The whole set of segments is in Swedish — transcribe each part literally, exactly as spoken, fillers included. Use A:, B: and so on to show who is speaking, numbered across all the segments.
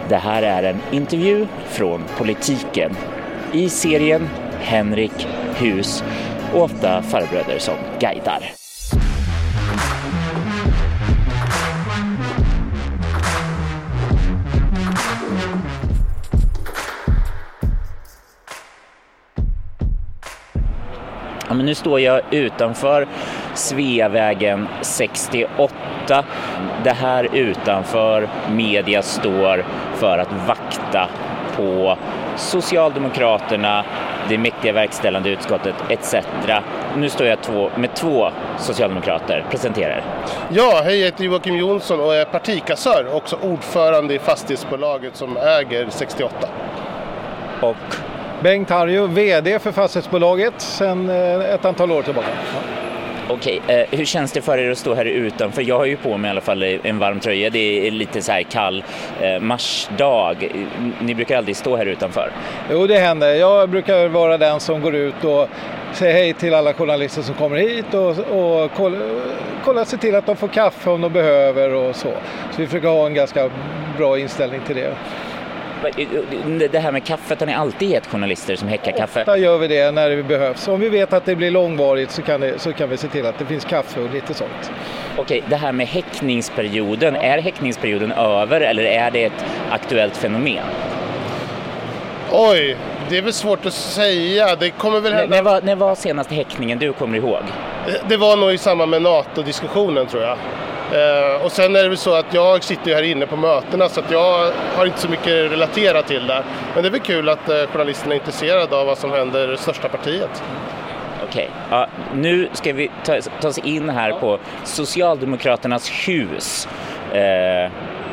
A: Det här är en intervju från Politiken i serien Henrik Hus och åtta farbröder som guidar. Ja, men nu står jag utanför Sveavägen sextioåtta. Det här utanför media står för att vakta på Socialdemokraterna, det mäktiga verkställande utskottet et cetera. Nu står jag två, med två socialdemokrater. Presenterar.
B: Ja, hej, jag heter Joakim Jonsson och är partikassör, också ordförande i fastighetsbolaget som äger sextioåtta.
A: Och
C: Bengt Harju, vd för fastighetsbolaget sedan ett antal år tillbaka. Ja.
A: Okej, eh, hur känns det för er att stå här utanför? Jag har ju på mig i alla fall en varm tröja. Det är lite så här kall eh, marsdag. Ni brukar aldrig stå här utanför.
C: Jo, det händer. Jag brukar vara den som går ut och säger hej till alla journalister som kommer hit och, och kolla, kolla sig till att de får kaffe om de behöver och så. Så vi försöker ha en ganska bra inställning till det.
A: Det här med kaffet, har ni alltid gett journalister som häckar kaffe?
C: Ofta gör vi det när det behövs. Om vi vet att det blir långvarigt så kan, det, så kan vi se till att det finns kaffe och lite sånt.
A: Okej, det här med häckningsperioden, är häckningsperioden över eller är det ett aktuellt fenomen?
B: Oj, det är väl svårt att säga. Det kommer väl hända...
A: När var, när var senaste häckningen du kommer ihåg?
B: Det var nog i samband med NATO-diskussionen, tror jag. Uh, och sen är det väl så att jag sitter ju här inne på mötena så att jag har inte så mycket relaterat till det. Men det är väl kul att uh, journalisterna är intresserade av vad som händer i det största partiet.
A: Okej, ja, nu ska vi ta, ta oss in här på Socialdemokraternas hus. Uh,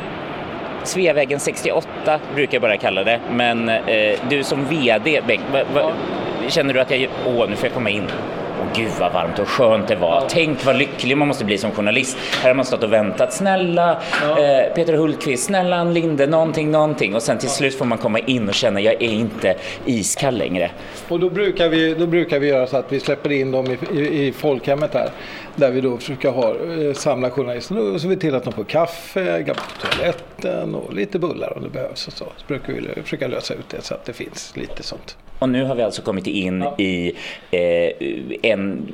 A: Sveavägen sextioåtta brukar jag bara kalla det. Men uh, du som vd, Bengt, va, va, känner du att jag... Åh, nu får jag komma in. Åh gud vad varmt och skönt det var. Tänk vad lycklig man måste bli som journalist. Här har man stått och väntat. Snälla ja. eh, Peter Hultqvist, snälla Ann Linde, någonting, någonting. Och sen till slut får man komma in och känna jag är inte iskall längre.
C: Och då brukar vi, då brukar vi göra så att vi släpper in dem i, i, i folkhemmet här. Där vi då försöker ha, eh, samla journalister. Och så vi till att de får kaffe, gå på toaletten och lite bullar om det behövs. Och så. Så brukar vi försöka lösa ut det så att det finns lite sånt.
A: Och nu har vi alltså kommit in ja. i eh, en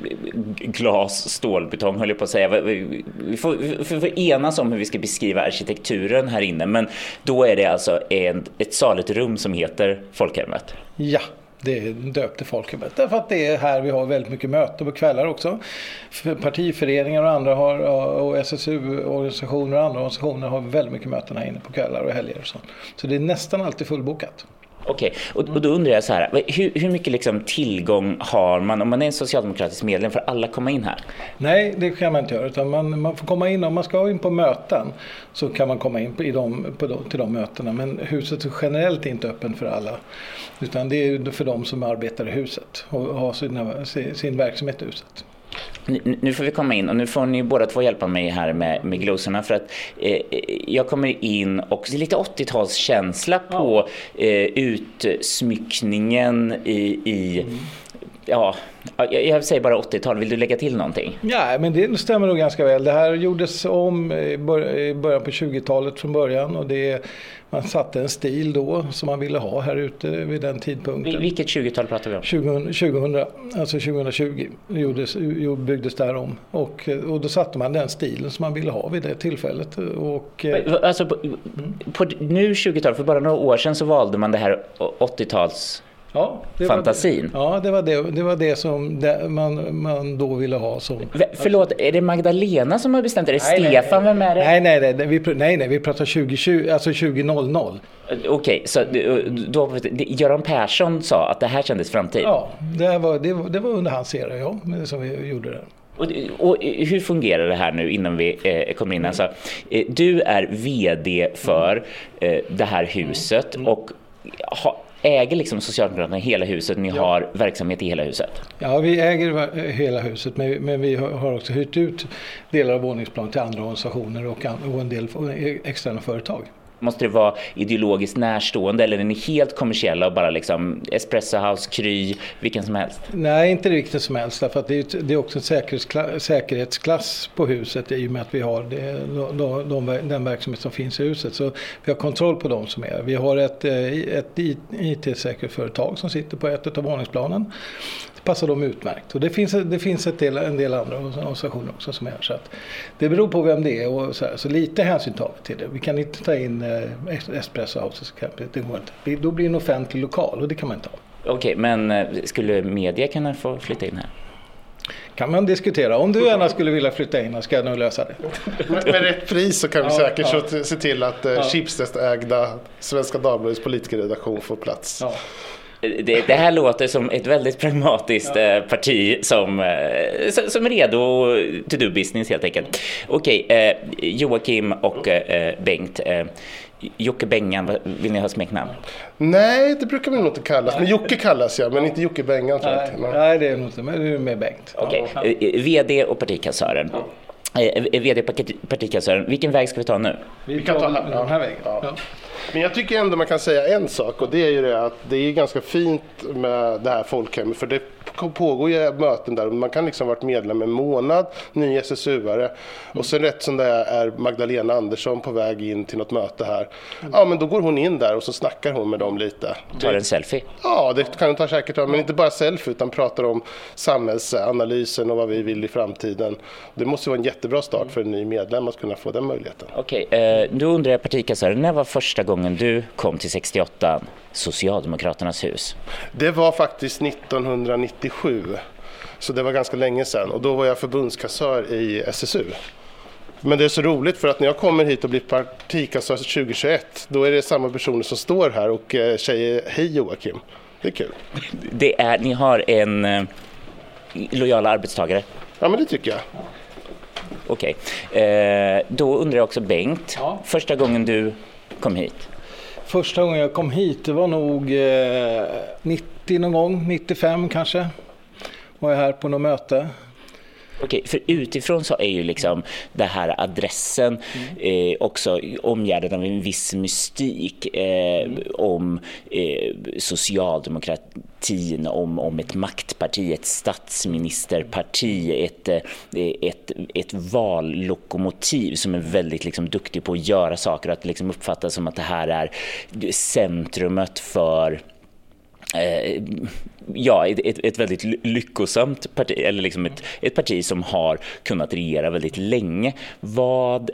A: glas stålbetong, höll jag på att säga. Vi får, vi får enas om hur vi ska beskriva arkitekturen här inne. Men då är det alltså en, ett saligt rum som heter Folkhemmet.
C: Ja, det är döpt till Folkhemmet. Därför att det är här vi har väldigt mycket möten på kvällar också. Partiföreningar och andra har, och S S U-organisationer och andra organisationer har väldigt mycket möten här inne på kvällar och helger och så. Så det är nästan alltid fullbokat.
A: Okej, och, och då undrar jag så här, hur, hur mycket liksom tillgång har man om man är en socialdemokratisk medlem för alla komma in här?
C: Nej, det kan man inte göra, utan man, man får komma in, om man ska in på möten så kan man komma in på, i de, på de, till de mötena, men huset är generellt inte öppen för alla, utan det är för de som arbetar i huset och har sin, sin verksamhet i huset.
A: Nu får vi komma in och nu får ni båda två hjälpa mig här med, med glosorna för att eh, jag kommer in och det är lite åttiotalskänsla på eh, utsmyckningen i, i mm. ja, jag, jag säger bara åttiotal. Vill du lägga till någonting?
C: Ja, men det stämmer nog ganska väl. Det här gjordes om i början på tjugotalet från början och det, man satte en stil då som man ville ha här ute vid den tidpunkten.
A: Vilket tjugotal pratar vi om?
C: tjugo, tjugohundra, alltså tjugotjugo gjordes, byggdes där om och, och då satte man den stilen som man ville ha vid det tillfället. Och,
A: alltså på, på nu tjugotal, för bara några år sedan så valde man det här åttiotals
C: Ja, det
A: fantasin.
C: Var det. Ja, det var det, det var det som det man, man då ville ha som.
A: Förlåt, är det Magdalena som har bestämt? Är det nej, Stefan?
C: Nej,
A: vem är det?
C: Nej, nej, nej, vi, nej, nej, vi pratar tjugo tjugo, alltså tjugo noll noll.
A: Okej, okay, så då, Göran Persson sa att det här kändes framtid.
C: Ja, det var, det var, det var under hans era, ja, som vi gjorde det.
A: Och, och hur fungerar det här nu innan vi eh, kommer in? Alltså, eh, du är vd för eh, det här huset och ha, äger liksom Socialdemokraterna hela huset, ni ja. har verksamhet i hela huset?
C: Ja, vi äger hela huset, men, men vi har också hyrt ut delar av våningsplan till andra organisationer och, och en del externa företag.
A: Måste det vara ideologiskt närstående eller är ni helt kommersiella och bara liksom Espresso House, Kry, vilken som helst?
C: Nej, inte riktigt som helst, därför att det är, det är också en säkerhetsklass, säkerhetsklass på huset i och med att vi har det, de, de, den verksamhet som finns i huset. Så vi har kontroll på dem som är. Vi har ett, ett I T-säkerhetsföretag som sitter på ett av våningsplanen. Det passar dem utmärkt. Och det finns, det finns ett del, en del andra organisationer också som är här. Så att det beror på vem det är och så, här, så lite hänsyn tar vi till det. Vi kan inte ta in eh, Espresso House, det går inte. Då blir det en offentlig lokal och det kan man inte ha.
A: Okej, okay, men skulle media kunna få flytta in här?
C: Kan man diskutera. Om du gärna skulle vilja flytta in, ska jag nog lösa det.
B: Med, med rätt pris så kan vi
C: ja,
B: säkert
C: ja.
B: se till att eh, ja. Schibsted-ägda Svenska Dagbladets politikerredaktion får plats. Ja.
A: Det, det här låter som ett väldigt pragmatiskt ja. parti som, som är redo to do business helt enkelt. Okej, eh, Joakim och eh, Bengt. Eh, Jocke Bengan, vill ni ha smeknamn?
B: Nej, det brukar vi nog inte kallas. Men Jocke kallas jag, men inte Jocke Bengan. Tror
C: nej, jag. Nej, det är nog inte. Men det är med Bengt.
A: Okej, okay. ja. V D och partikassören. Ja. Eh, V D och partikassören. Vilken väg ska vi ta nu?
B: Vi kan ta den här vägen. Ja. Ja. Men jag tycker ändå man kan säga en sak, och det är ju det att det är ganska fint med det här folkhemmet, för det pågår ju möten där man kan liksom ha varit medlem en månad, ny S S U-are och sen rätt som det är Magdalena Andersson på väg in till något möte här. Ja, men då går hon in där och så snackar hon med dem lite.
A: Tar en selfie?
B: Ja, det kan hon ta säkert, men inte bara selfie utan pratar om samhällsanalysen och vad vi vill i framtiden. Det måste vara en jättebra start för en ny medlem att kunna få den möjligheten.
A: Okej, eh, då undrar jag partikassören, när var första gången du kom till sextioåtta, Socialdemokraternas hus?
B: Det var faktiskt nittonhundranittiosju, så det var ganska länge sedan, och då var jag förbundskassör i S S U. Men det är så roligt för att när jag kommer hit och blir partikassör tjugohundratjugoett, då är det samma personer som står här och säger hej Joakim. Det är kul.
A: Det är, ni har en eh, lojal arbetstagare?
B: Ja, men det tycker jag.
A: Okej, eh, då undrar jag också Bengt, ja. Första gången du kom hit?
C: Första gången jag kom hit, det var nog eh, nittio någon gång, nittiofem kanske. Var jag här på något möte.
A: Okej, för utifrån så är ju liksom det här adressen eh, också omgärdad av en viss mystik eh, mm. om eh, socialdemokratin, om, om ett maktparti, ett statsministerparti, ett, ett, ett vallokomotiv som är väldigt liksom duktig på att göra saker, att liksom uppfattas som att det här är centrumet för Eh, ja, ett, ett väldigt lyckosamt parti, eller liksom ett, ett parti som har kunnat regera väldigt länge. Vad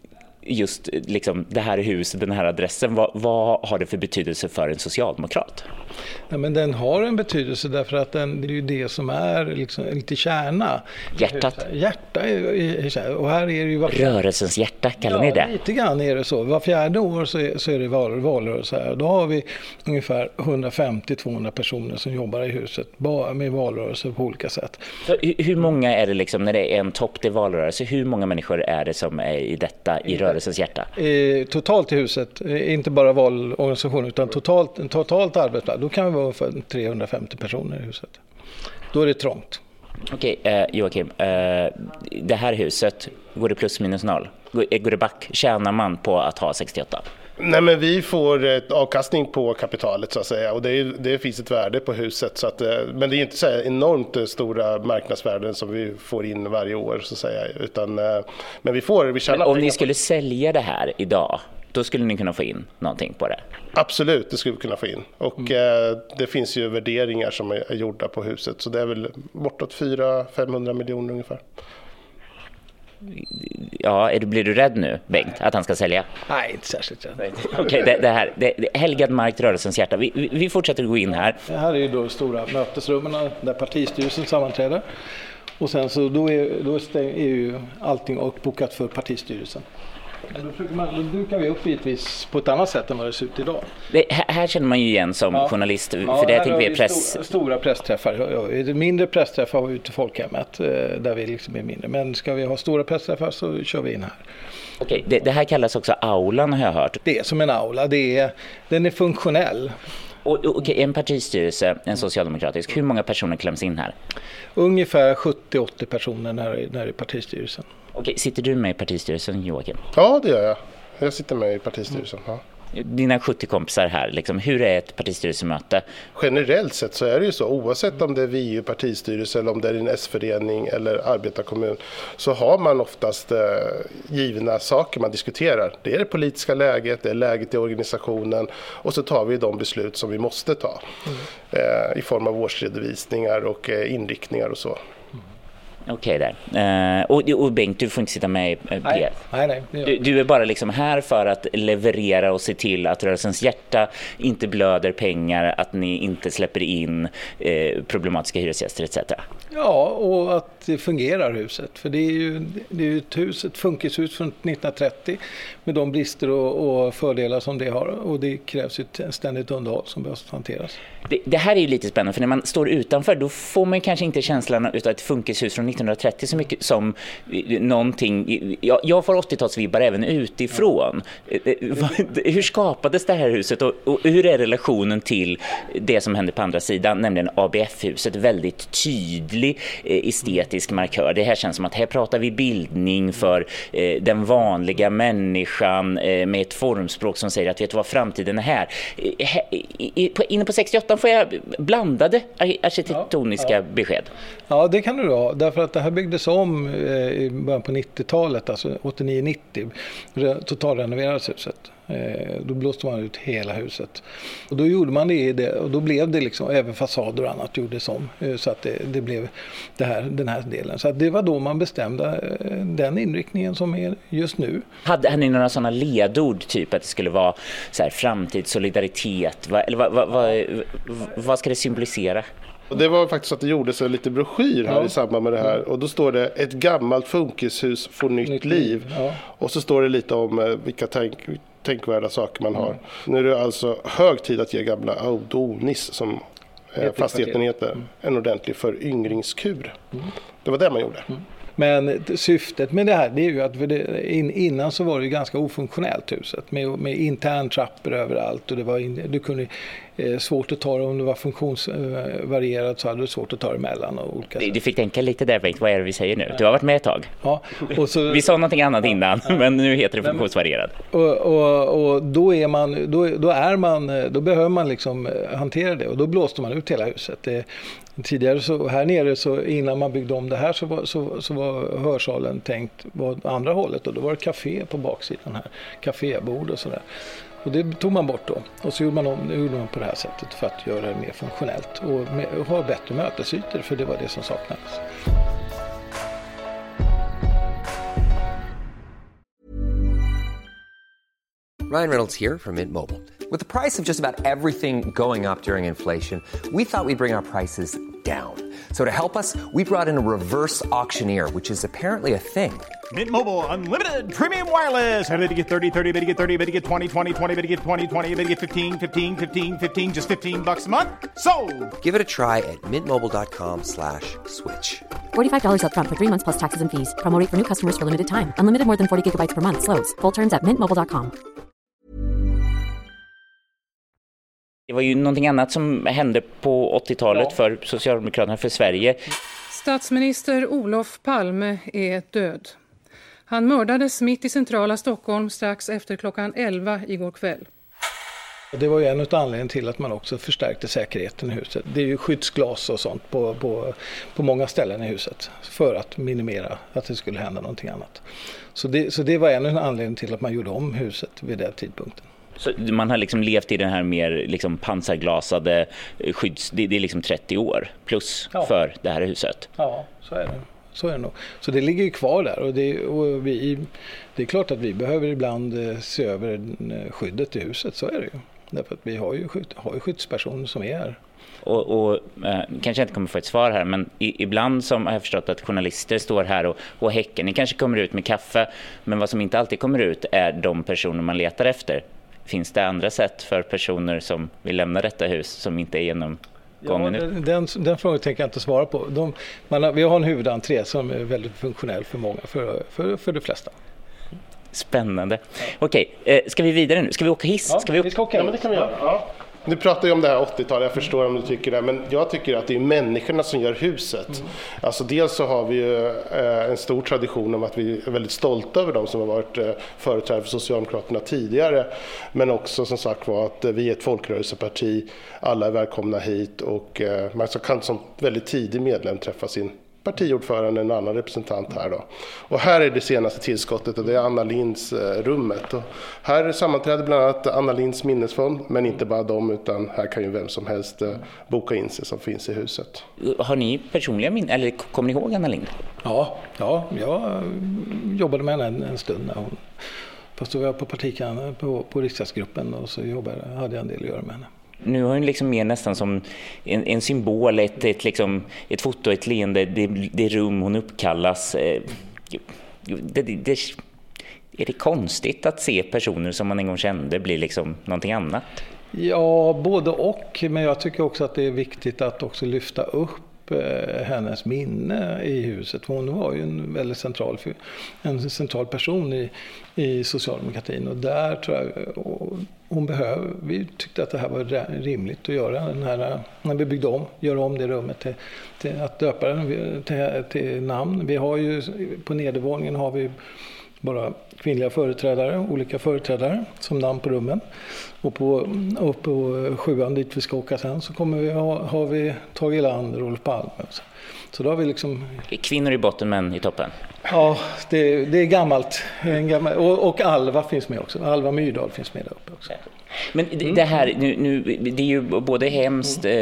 A: just liksom det här huset, den här adressen, vad, vad har det för betydelse för en socialdemokrat?
C: Ja, men den har en betydelse därför att den, det är ju det som är liksom lite kärna.
A: Hjärtat?
C: Hjärta är, och här är det ju var...
A: Rörelsens hjärta, kallar
C: ja,
A: ni det?
C: Lite grann är det så. Var fjärde år så är, så är det val, valrörelse här. Då har vi ungefär hundrafemtio till tvåhundra personer som jobbar i huset bara med valrörelse på olika sätt.
A: Så hur många är det liksom, när det är en topp till valrörelse, hur många människor är det som är i detta, i rörelsens hjärta?
C: Eh, totalt i huset, inte bara valorganisation utan totalt, totalt arbetsplats, då kan vi vara för trehundrafemtio personer i huset. Då är det trångt.
A: Okej, eh, Joakim, eh, det här huset, går det plus minus noll? Går, går det back? Tjänar man på att ha sextioåtta?
B: Nej, men vi får ett avkastning på kapitalet så att säga, och det, är, det finns ett värde på huset, så att, men det är inte så här enormt stora marknadsvärden som vi får in varje år så att säga, utan, men vi får, vi tjänar.
A: Men om ni skulle sälja det här idag, då skulle ni kunna få in någonting på det?
B: Absolut, det skulle vi kunna få in. Och mm. eh, det finns ju värderingar som är gjorda på huset, så det är väl bortåt fyra till femhundra miljoner ungefär.
A: Ja, är du, blir du rädd nu, Bengt, att han ska sälja?
C: Nej, inte särskilt rädd.
A: Okej, okay, det, det här, det, det, helgad mark, rörelsens hjärta. Vi, vi, vi fortsätter gå in här.
C: Det här är ju då stora mötesrummen där partistyrelsen sammanträder. Och sen så då är, då är ju allting uppbokat för partistyrelsen. Då, man, då dukar vi upp givetvis på ett annat sätt än vad det ser ut idag.
A: Det, här, här känner man ju igen som ja. journalist, för ja, det jag tänker vi är press...
C: Stora, stora pressträffar. Mindre pressträffar har vi ute i folkhemmet, där vi liksom är mindre. Men ska vi ha stora pressträffar så kör vi in här.
A: Okej, det, det här kallas också aulan, har jag hört.
C: Det är som en aula, det är, den är funktionell.
A: Och, okej, en partistyrelse, en socialdemokratisk, hur många personer kläms in här?
C: Ungefär sjuttio till åttio personer när, när det är partistyrelsen.
A: Okej, sitter du med i partistyrelsen, Joakim?
B: Ja, det gör jag. jag sitter med i partistyrelsen. Ja.
A: Dina sjuttio kompisar här, liksom, hur är ett partistyrelsemöte?
B: Generellt sett så är det ju så, oavsett om det är V U partistyrelse eller om det är en S-förening eller arbetarkommun, så har man oftast eh, givna saker man diskuterar. Det är det politiska läget, det är läget i organisationen och så tar vi de beslut som vi måste ta mm. eh, i form av årsredovisningar och eh, inriktningar och så.
A: Okej okay, där. Uh, och, och Bengt, du får inte sitta med i P F.
C: Nej, nej, nej.
A: Du, du är bara liksom här för att leverera och se till att rörelsens hjärta inte blöder pengar, att ni inte släpper in eh, problematiska hyresgäster et cetera.
C: Ja, och att det fungerar huset. För det är ju, det är ju ett hus, ett funkishus från nittonhundratrettio med de brister och, och fördelar som det har. Och det krävs ett ständigt underhåll som behöver hanteras.
A: Det, det här är ju lite spännande, för när man står utanför då får man kanske inte känslan av ett funkishus från nittonhundratrettio så mycket som någonting. Jag, jag får åttiotalsvibbar även utifrån. Ja. Hur skapades det här huset och, och hur är relationen till det som hände på andra sidan, nämligen A B F-huset? Väldigt tydlig eh, estetisk markör. Det här känns som att här pratar vi bildning för eh, den vanliga människan eh, med ett formspråk som säger att vet du vad, framtiden är här. Eh, i, på, inne på sextioåtta får jag blandade arkitektoniska ja, ja. besked.
C: Ja, det kan du ha. Därför att det här byggdes om i början på nittiotalet, alltså åttionio nittio. Totalrenoverades huset. Då blåste man ut hela huset. Och då gjorde man det i det och då blev det liksom, även fasader och annat gjordes om. Så att det, det blev det här, den här delen. Så att det var då man bestämde den inriktningen som är just nu.
A: Hade, hade ni några sådana ledord, typ att det skulle vara så här, framtid, solidaritet? Va, eller vad, vad, vad, vad ska det symbolisera?
B: Och det var faktiskt att det gjordes en liten broschyr här ja. i samband med det här. Och då står det ett gammalt funkishus får nytt, nytt liv. liv. Ja. Och så står det lite om eh, vilka tänk, tänkvärda saker man har. Mm. Nu är det alltså hög tid att ge gamla Adonis, som eh, fastigheten heter, mm. en ordentlig föryngringskur. Mm. Det var det man gjorde. Mm.
C: Men syftet med det här, det är ju att det, in, innan så var det ganska ofunktionellt huset med, med interntrappor överallt och det var in, du kunde eh, svårt att ta det om det var funktionsvarierat, så hade du svårt att ta det emellan och olika
A: du, du fick tänka lite där, Bengt, vad är det vi säger nu? Du har varit med ett tag.
C: Ja, och så,
A: vi sa någonting annat ja, innan, ja. men nu heter det funktionsvarierad.
C: Och, och, och då är man då, då är man då behöver man liksom hantera det och då blåste man ut hela huset. Det, tidigare så här nere, så innan man byggde om det här så var, så, så var hörsalen tänkt på andra hållet och då var det café på baksidan här, kafébord och sådär. Och det tog man bort då och så gjorde man, om, gjorde man på det här sättet för att göra det mer funktionellt och, med, och ha bättre mötesytor, för det var det som saknades.
D: Ryan Reynolds here from Mint Mobile. With the price of just about everything going up during inflation, we thought we'd bring our prices down. So to help us, we brought in a reverse auctioneer, which is apparently a thing.
E: Mint Mobile Unlimited Premium Wireless. How to get thirty, thirty, how to get thirty, how to get twenty, twenty, twenty, how to get twenty, twenty, how to get fifteen, fifteen, fifteen, fifteen, just fifteen bucks a month? Sold!
D: Give it a try at mintmobile.com slash switch.
F: forty-five dollars up front for three months plus taxes and fees. Promo rate for new customers for limited time. Unlimited more than forty gigabytes per month. Slows full terms at mint mobile dot com.
A: Det var ju någonting annat som hände på åttiotalet ja. för Socialdemokraterna, för Sverige.
G: Statsminister Olof Palme är död. Han mördades mitt i centrala Stockholm strax efter klockan elva igår kväll.
C: Det var ju en av anledningarna till att man också förstärkte säkerheten i huset. Det är ju skyddsglas och sånt på, på, på många ställen i huset för att minimera att det skulle hända någonting annat. Så det, så det var en av anledningarna till att man gjorde om huset vid den tidpunkten.
A: Så man har liksom levt i den här mer liksom pansarglasade skydds... Det, det är liksom trettio år plus ja. för det här huset.
C: Ja, så är det. Så är det nog. Så det ligger ju kvar där och, det, och vi, det är klart att vi behöver ibland se över skyddet i huset, så är det ju. Därför att vi har ju, skydd, har ju skyddspersoner som är här.
A: Och, och eh, kanske inte kommer få ett svar här, men i, ibland som har jag förstått att journalister står här och, och häckar. Ni kanske kommer ut med kaffe, men vad som inte alltid kommer ut är de personer man letar efter. Finns det andra sätt för personer som vill lämna detta hus som inte är genomgången
C: ja,
A: ut?
C: Den, den frågan tänker jag inte svara på. De, man har, vi har en huvudentré som är väldigt funktionell för många, för, för, för de flesta.
A: Spännande. Okej, eh, ska vi vidare nu? Ska vi åka hiss?
C: Ja,
A: ska vi åka?
C: vi ska åka.
B: Ja, men det kan vi göra. Ja. Nu pratar jag om det här åttiotalet, jag förstår om du tycker det, men jag tycker att det är människorna som gör huset. Mm. Alltså dels så har vi ju eh, en stor tradition om att vi är väldigt stolta över de som har varit eh, företrädare för Socialdemokraterna tidigare, men också som sagt var att eh, vi är ett folkrörelseparti, alla är välkomna hit och eh, man kan som väldigt tidig medlem träffa sin partiordförande, en annan representant här då. Och här är det senaste tillskottet och det är Anna Linds eh, rummet. Och här sammanträder bland annat Anna Linds minnesfond, men inte bara dem utan här kan ju vem som helst eh, boka in sig som finns i huset.
A: Har ni personliga minnen, eller kommer ni ihåg Anna Lind?
C: Ja, ja jag jobbade med henne en, en stund när hon, fast då var jag på partikan på, på riksdagsgruppen och så jobbade, hade jag en del att göra med henne.
A: Nu har hon liksom mer nästan som en, en symbol, ett, ett, liksom, ett foto, ett leende, det, det rum hon uppkallas. Det, det, det, är det konstigt att se personer som man en gång kände bli liksom någonting annat?
C: Ja, både och. Men jag tycker också att det är viktigt att också lyfta upp hennes minne i huset. Hon var ju en väldigt central, en central person i, i socialdemokratin och där tror jag och hon behöver, vi tyckte att det här var rimligt att göra den här, när vi byggde om, göra om det rummet till, till att döpa den till, till namn. Vi har ju på nedervåningen har vi bara kvinnliga företrädare, olika företrädare som namn på rummen. Och på, och på sjuan dit vi ska åka sen så kommer vi ha, har vi Tage Erlander och Olof Palme. Så då har vi liksom...
A: Kvinnor i botten, män i toppen.
C: Ja, det, det är gammalt. En gammal, och, och Alva finns med också. Alva Myrdal finns med där uppe också.
A: Men det här, nu, nu, det är ju både hemskt eh,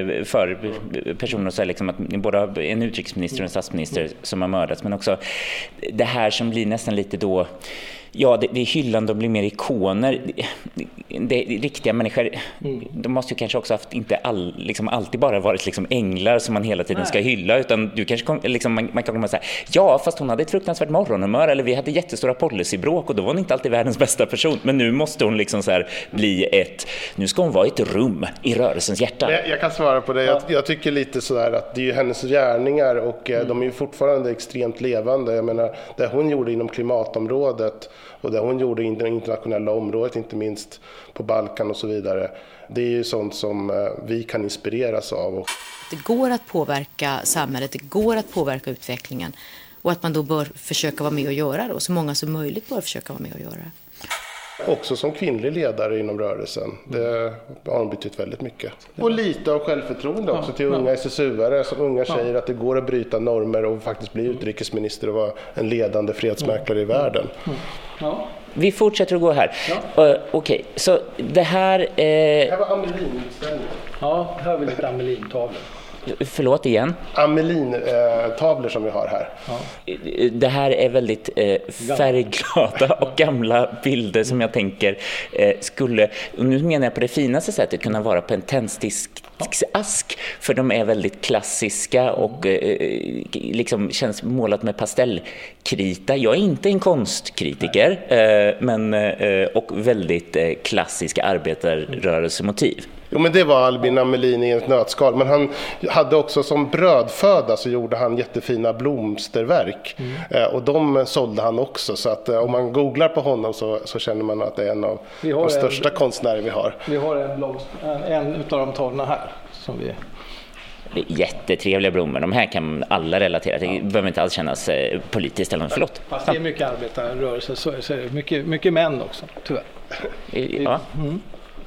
A: för personer så liksom att både en utrikesminister och en statsminister som har mördats, men också det här som blir nästan lite då, ja, det, det är hyllan, de blir mer ikoner. Det, det, det riktiga människor, mm. de måste ju kanske också haft inte all, liksom alltid bara varit liksom änglar som man hela tiden ska hylla, utan du kanske kom, liksom, man, man kan komma säga, ja, fast hon hade ett fruktansvärt morgonhumör, eller vi hade jättestora policybråk och då var hon inte alltid världens bästa person, men nu måste hon liksom så här bli ett, nu ska hon vara ett rum i rörelsens hjärta.
B: Jag, jag kan svara på det. Jag, jag tycker lite sådär att det är ju hennes gärningar och mm. de är ju fortfarande extremt levande. Jag menar, det hon gjorde inom klimatområdet och det hon gjorde i det internationella området, inte minst på Balkan och så vidare, det är ju sånt som vi kan inspireras av.
H: Det går att påverka samhället, det går att påverka utvecklingen och att man då bör försöka vara med och göra det och så många som möjligt bör försöka vara med och göra det.
B: Också som kvinnlig ledare inom rörelsen. Det har betytt väldigt mycket. Och lite av självförtroende också till unga S S U-are som unga säger att det går att bryta normer och faktiskt bli utrikesminister och vara en ledande fredsmäklare i världen.
C: Ja.
A: Vi fortsätter att gå här. Ja. Uh, Okej, okay. Så det här... Eh...
B: Det här var Amelin-utställningen.
C: Ja, här har vi lite Amelin-tavlor.
A: Förlåt igen.
B: Amelin-tavlor som vi har här.
A: Ja. Det här är väldigt eh, färgglada och gamla bilder som jag tänker eh, skulle, och nu menar jag på det finaste sättet, kunna vara på en tändsticksask, för de är väldigt klassiska och eh, liksom känns målat med pastellkrita. Jag är inte en konstkritiker, eh, men eh, och väldigt eh, klassiska arbetarrörelsemotiv.
B: Jo, men det var Albin Amelin i ett nötskal. Men han hade också som brödföda så gjorde han jättefina blomsterverk. Mm. Eh, och de sålde han också. Så att eh, om man googlar på honom så, så känner man att det är en av de en, största konstnärer vi har.
C: Vi har en, blomst, en, en utav de tavlorna här som vi...
A: Det är jättetrevliga blommor. De här kan alla relatera till. Det behöver inte alls kännas eh, politiskt eller något. Förlåt.
C: Fast det är mycket arbetarrörelse så, så är det mycket, mycket män också, tyvärr.
A: Ja. Mm.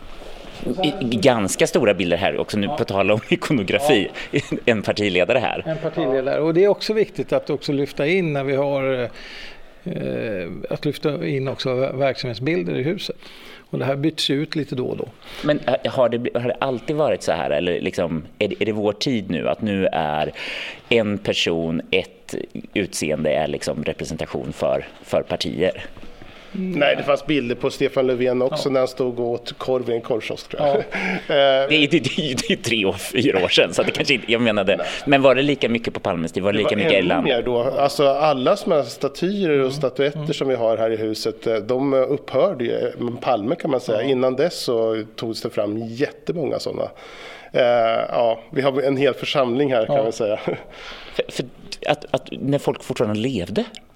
A: Ganska stora bilder här också nu, ja. På tal om ikonografi. Ja. En partiledare här.
C: En partiledare. Och det är också viktigt att också lyfta in när vi har eh, att lyfta in också verksamhetsbilder i huset. Och det här byts ut lite då och då.
A: Men har det, har det alltid varit så här? Eller liksom, är, det, är det vår tid nu att nu är en person, ett utseende är liksom representation för, för partier?
B: Mm. Nej, det fanns bilder på Stefan Löfven också, ja. När han stod och åt korv i en korvkiosk, tror jag.
A: Ja. det, är, det, är, det är tre och fyra år sedan, så det kanske inte, jag menade. Nej. Men var det lika mycket på Palmes tid? Var det, det lika var mycket Erland?
B: Mer då. Alltså alla som här statyer och mm. statyetter mm. som vi har här i huset, de upphörde ju. Palme kan man säga. Ja. Innan dess så togs det fram jättemånga sådana. Uh, ja, vi har en hel församling här, kan ja. man säga.
A: För, för att, att när folk fortfarande levde,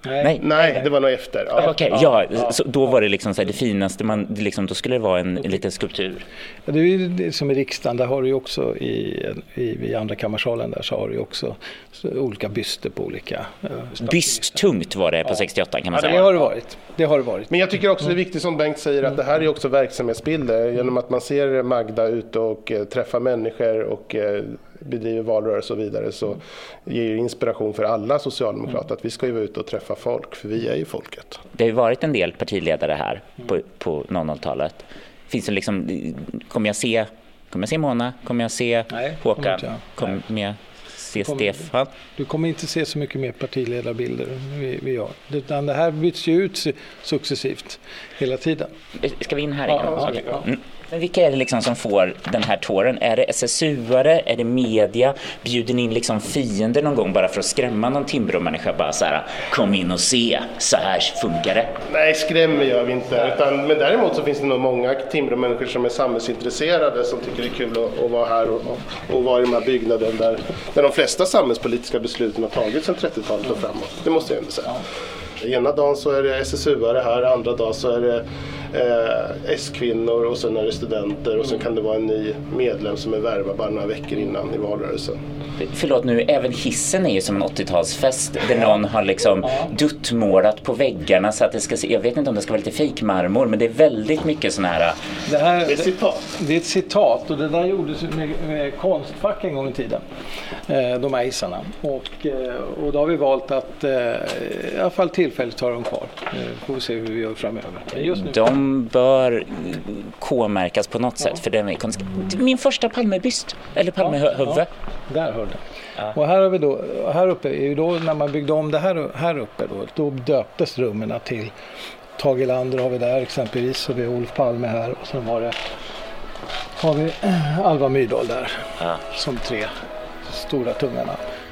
C: Nej,
B: nej, nej det var nog efter.
A: Ja. Okej, okay, ja, ja, så då var det liksom så här, det finaste, man, liksom, då skulle det vara en, en liten skulptur.
C: Ja, det är ju det som i riksdagen, där har du ju också i, i, i andra kammarsalen där så har du ju också olika byster på olika... Uh,
A: Bysttungt var det på sextioåtta kan man säga.
C: Ja, det har det varit. Det har det varit.
B: Men jag tycker också det är viktigt som Bengt säger att det här är också verksamhetsbilder genom att man ser Magda ut och uh, träffa människor och uh, bedriver valrörelse och vidare, så ger ju inspiration för alla socialdemokrater att vi ska ju ut och träffa folk, för vi är ju folket.
A: Det har ju varit en del partiledare här på, på noll noll-talet. Finns det liksom, kommer jag se, kommer jag se Mona, kommer jag se
C: Nej,
A: Håkan, kommer jag se
C: kommer,
A: Stefan?
C: Du kommer inte se så mycket mer partiledarbilder vi, vi har. Utan det här byts ju ut successivt hela tiden.
A: Ska vi in här igen?
C: Ja,
A: okay.
C: ja.
A: Mm. Men vilka är det liksom som får den här tåren? Är det S S U-are? Är det media? Bjuder ni in liksom fiender någon gång bara för att skrämma någon Timbro-människa? Bara så här, kom in och se, så här funkar det.
B: Nej, skrämmer gör vi inte. Utan, men däremot så finns det nog många Timbro-människor som är samhällsintresserade, som tycker det är kul att, att vara här och, och vara i den här byggnaden där, där de flesta samhällspolitiska besluten har tagits sedan trettiotalet och framåt. Det måste jag ändå säga. Ena dagen så är det S S U-are här, andra dagen så är det eh, S-kvinnor och sen är det studenter och sen kan det vara en ny medlem som är värvad bara några veckor innan i valrörelsen.
A: Förlåt nu, även hissen är ju som en åttiotalsfest där någon har liksom duttmålat på väggarna så att det ska se, jag vet inte om det ska vara lite fejkmarmor, men det är väldigt mycket sån här...
C: Det här
B: det är ett citat.
C: Det, det är ett citat och det där gjordes med, med Konstfack en gång i tiden, eh, de här hissarna. Och, eh, och då har vi valt att eh, i alla fall tillfälligt ta dem kvar. Eh, får vi se hur vi gör framöver.
A: Just nu. De bör K-märkas på något ja. sätt för den är konst... Min första Palmebyst, eller Palmehuvud.
C: Ja, ja. Där hör det. Ja. Och här har vi då, här uppe är ju då när man byggde om det här, här uppe då, då döptes rummen till Tage Erlander har vi där exempelvis, och vi har Olof Palme här och sen var det har vi Alva Myrdal där ja. som tre stora tungarna.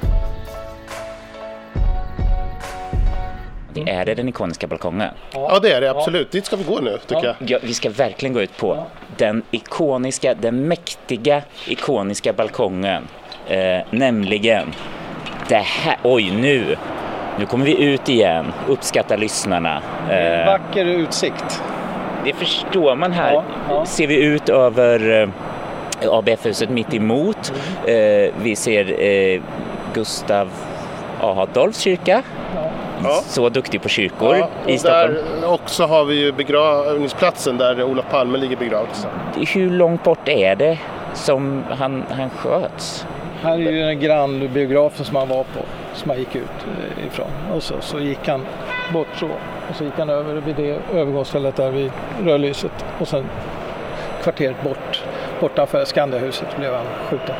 A: Det är det den ikoniska balkongen?
B: Ja, det är det absolut. Dit ska vi gå nu, tycker jag.
A: Ja, vi ska verkligen gå ut på den ikoniska, den mäktiga ikoniska balkongen. Eh, nämligen det här. Oj, nu. Nu kommer vi ut igen. Uppskattar lyssnarna.
C: Eh, vacker utsikt.
A: Det förstår man här.
C: Ja, ja.
A: Ser vi ut över eh, A B F-huset mitt emot. Eh, vi ser eh, Gustav Adolfs kyrka.
B: Ja.
A: Så duktig på kyrkor
B: ja,
A: i Stockholm.
B: Där också har vi ju begravningsplatsen där Olof Palme ligger begravd.
A: Hur långt bort är det som han, han sköts?
C: Här är ju den grannbiografen som han var på, som han gick ut ifrån. Och så, så gick han bort så. Och så gick han över vid det övergångsstället där vid Rödlyset. Och sen kvarteret bort, bortanför Skandiahuset blev han skjuten.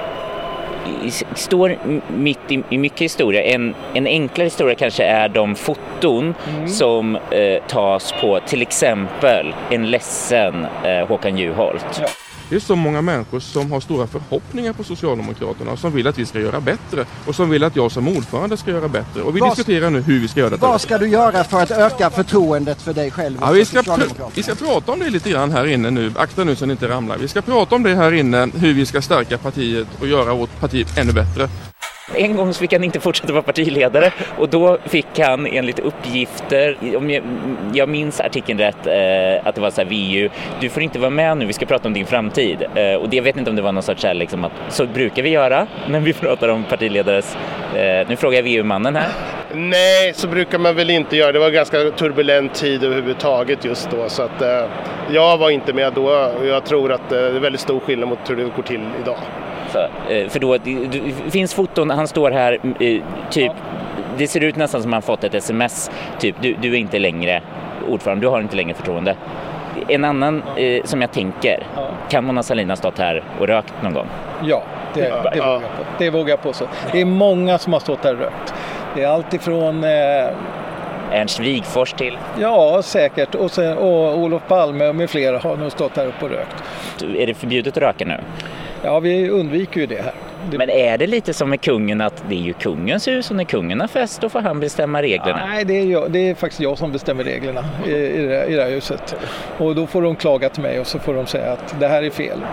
A: Står mitt i, i mycket historia. En, en enklare historia kanske är de foton mm. som eh, tas på till exempel en ledsen eh, Håkan Juholt.
I: Ja. Det är så många människor som har stora förhoppningar på Socialdemokraterna och som vill att vi ska göra bättre och som vill att jag som ordförande ska göra bättre. Och vi vad, diskuterar nu hur vi ska göra detta.
J: Vad ska du göra för att öka förtroendet för dig själv?
I: Ja, vi, ska pr- vi ska prata om det lite grann här inne nu. Akta nu så ni inte ramlar. Vi ska prata om det här inne, hur vi ska stärka partiet och göra vårt parti ännu bättre.
A: En gång så fick han inte fortsätta vara partiledare och då fick han enligt uppgifter, om jag, jag minns artikeln rätt, eh, att det var så här, V U, du får inte vara med nu, vi ska prata om din framtid. Eh, och det, jag vet inte om det var någon sorts här, liksom, att så brukar vi göra när vi pratar om partiledares. Eh, nu frågar jag V U-mannen här.
B: Nej, så brukar man väl inte göra. Det var en ganska turbulent tid överhuvudtaget just då, så att eh, jag var inte med då och jag tror att eh, det är väldigt stor skillnad mot hur det går till idag.
A: För, för då det, det finns foton, han står här typ, det ser ut nästan som han fått ett sms typ, du, du är inte längre ordförande, du har inte längre förtroende. En annan eh, som jag tänker, kan Mona Sahlin ha stått här och rökt någon gång?
C: Ja, det, det, vågar, jag på. det vågar jag på så. Det är många som har stått här och rökt. Det är allt ifrån eh...
A: Ernst Wigforss till?
C: Ja, säkert. Och, sen, och Olof Palme och med flera har nog stått här uppe och rökt.
A: Är det förbjudet att röka nu?
C: Ja, vi undviker ju det här. Det...
A: Men är det lite som med kungen att det är ju kungens hus och när kungen har fest då får han bestämma reglerna?
C: Ja, nej, det är, jag, det är faktiskt jag som bestämmer reglerna i, i, det, i det här huset. Och då får de klaga till mig och så får de säga att det här är fel.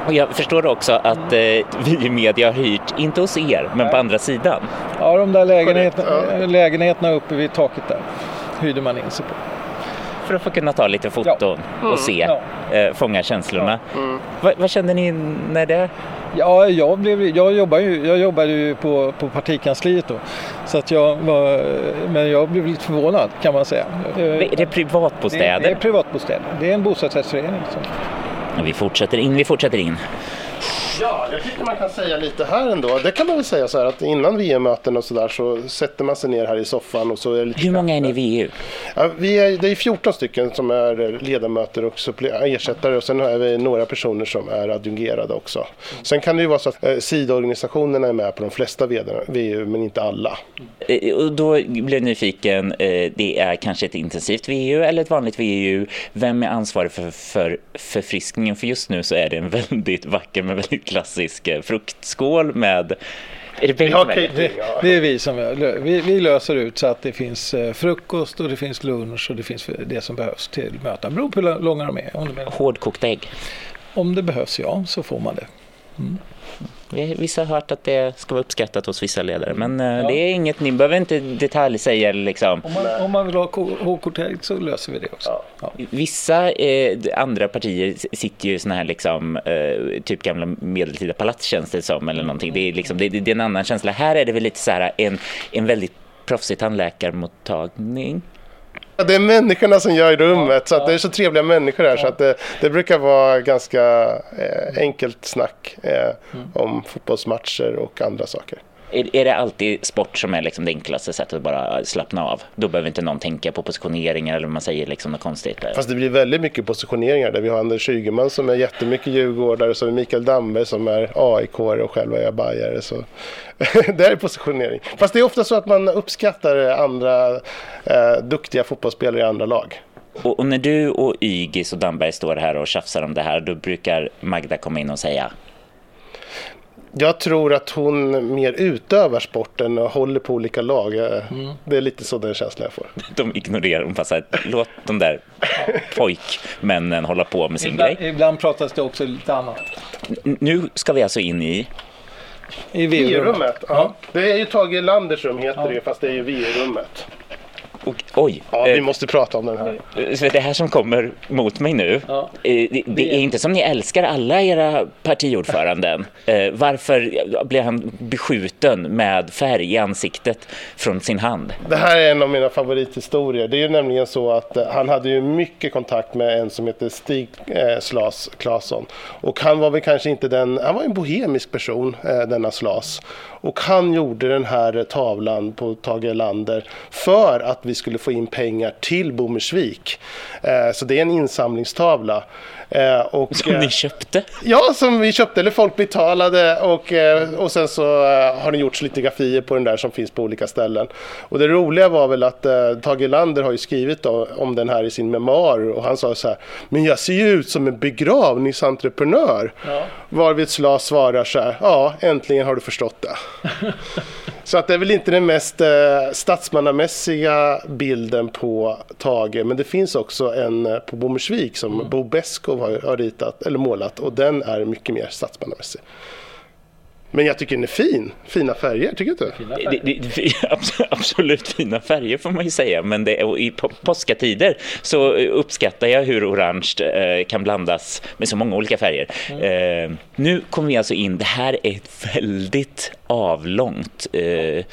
A: Och jag förstår också att eh, vi i media har hyrt, inte hos er, men på andra sidan.
C: Ja, de där lägenheterna, lägenheterna uppe vid taket där hyrde man in sig på.
A: För att få kunna ta lite foton ja. och se, ja. eh, fånga känslorna. Ja. Mm. Va, vad kände ni när det...
C: Ja, jag, blev, jag, jobbade ju, jag jobbade ju på, på partikansliet då. Så att jag var, men jag blev lite förvånad kan man säga.
A: Är det privatbostäder?
C: Det, det är privatbostäder. Det är en bostadsrättsförening.
A: Ja, vi fortsätter in, vi fortsätter in.
B: Ja, jag tycker man kan säga lite här ändå. Det kan man väl säga så här att innan V M-möten och sådär så sätter man sig ner här i soffan och så är det lite...
A: Hur många är ni i V U?
B: Ja, vi är, det är fjorton stycken som är ledamöter och ersättare och sen har vi några personer som är adjungerade också. Sen kan det ju vara så att eh, sidoorganisationerna är med på de flesta V U men inte alla.
A: Och då blev jag nyfiken, eh, det är kanske ett intensivt V U eller ett vanligt V U. Vem är ansvarig för, för förfriskningen? För just nu så är det en väldigt vacker men väldigt klassisk fruktskål med... Är det,
C: ja, okay. det, det är vi som vi, vi löser ut så att det finns frukost och det finns lunch och det finns det som behövs till möten. Beror på hur långa de är. Om de är
A: hårdkokta ägg?
C: Om det behövs, ja, så får man det. Mm.
A: Vissa har hört att det ska vara uppskattat hos vissa ledare, men ja. det är inget, ni behöver inte detalj säga liksom.
C: Om man, om man vill ha hårdkokt ägg så löser vi det också. Ja.
A: Ja. Vissa eh, andra partier sitter ju såna här liksom eh, typ gamla medeltida palats känns det som eller någonting. Det är liksom det, det är en annan känsla. Här är det väl lite så här en en väldigt proffsig tandläkarmottagning.
B: Det är människorna som gör i rummet, ja, så att det är så trevliga människor här, ja. Så att det, det brukar vara ganska eh, enkelt snack eh, mm. om fotbollsmatcher och andra saker.
A: Är, är det alltid sport som är liksom det enklaste sättet att bara slappna av? Då behöver inte någon tänka på positioneringar eller vad man säger liksom något konstigt.
B: Fast det blir väldigt mycket positioneringar där vi har Anders Ygeman som är jättemycket djurgårdare, så är Mikael Damberg som är A I K och själva är bajare, så det är positionering. Fast det är ofta så att man uppskattar andra eh, duktiga fotbollsspelare i andra lag.
A: Och, och när du och Ygis och Damberg står här och tjafsar om det här, då brukar Magda komma in och säga...
B: Jag tror att hon mer utövar sporten och håller på olika lag. Mm. Det är lite så den känslan jag får.
A: De ignorerar, de passar, låt de där pojkmännen hålla på med sin
C: ibland,
A: grej.
C: Ibland pratas det också lite annat.
A: N- nu ska vi alltså in i...
B: I V U-rummet. Ja. Ja. Det är ju Tage Erlanders rum heter ja. det, fast det är ju V U-rummet.
A: Och, oj.
B: Ja, vi måste prata om den här.
A: Så det här som kommer mot mig nu, ja. det, det är inte som ni älskar alla era partiordföranden. Varför blev han beskjuten med färg i ansiktet från sin hand?
B: Det här är en av mina favorithistorier. Det är ju nämligen så att han hade ju mycket kontakt med en som heter Stig eh, Slas Claesson. Och han var väl kanske inte den, han var en bohemisk person, eh, denna Slas. Och han gjorde den här tavlan på Tage Erlander för att vi skulle få in pengar till Bommersvik. Eh, så det är en insamlingstavla. Eh, och,
A: som ni köpte?
B: Ja, som vi köpte, eller folk betalade. Och, eh, och sen så eh, har det gjorts lite grafier på den där som finns på olika ställen. Och det roliga var väl att eh, Tage Erlander har ju skrivit då, om den här i sin memoar. Och han sa så här, men jag ser ju ut som en begravningsentreprenör. Ja. Varvid Slas svarar så här, ja, äntligen har du förstått det. Så att det är väl inte den mest eh, statsmannamässiga bilden på Tage, men det finns också en eh, på Bommersvik som mm. Bo Beskov har, har ritat eller målat, och den är mycket mer statsmannamässig. Men jag tycker den är fin. Fina färger, tycker du inte?
A: Det, det, det, absolut fina färger får man ju säga. Men det, och i påskatider så uppskattar jag hur orange eh, kan blandas med så många olika färger. Mm. Eh, nu kommer vi alltså in. Det här är ett väldigt avlångt... Eh, eh,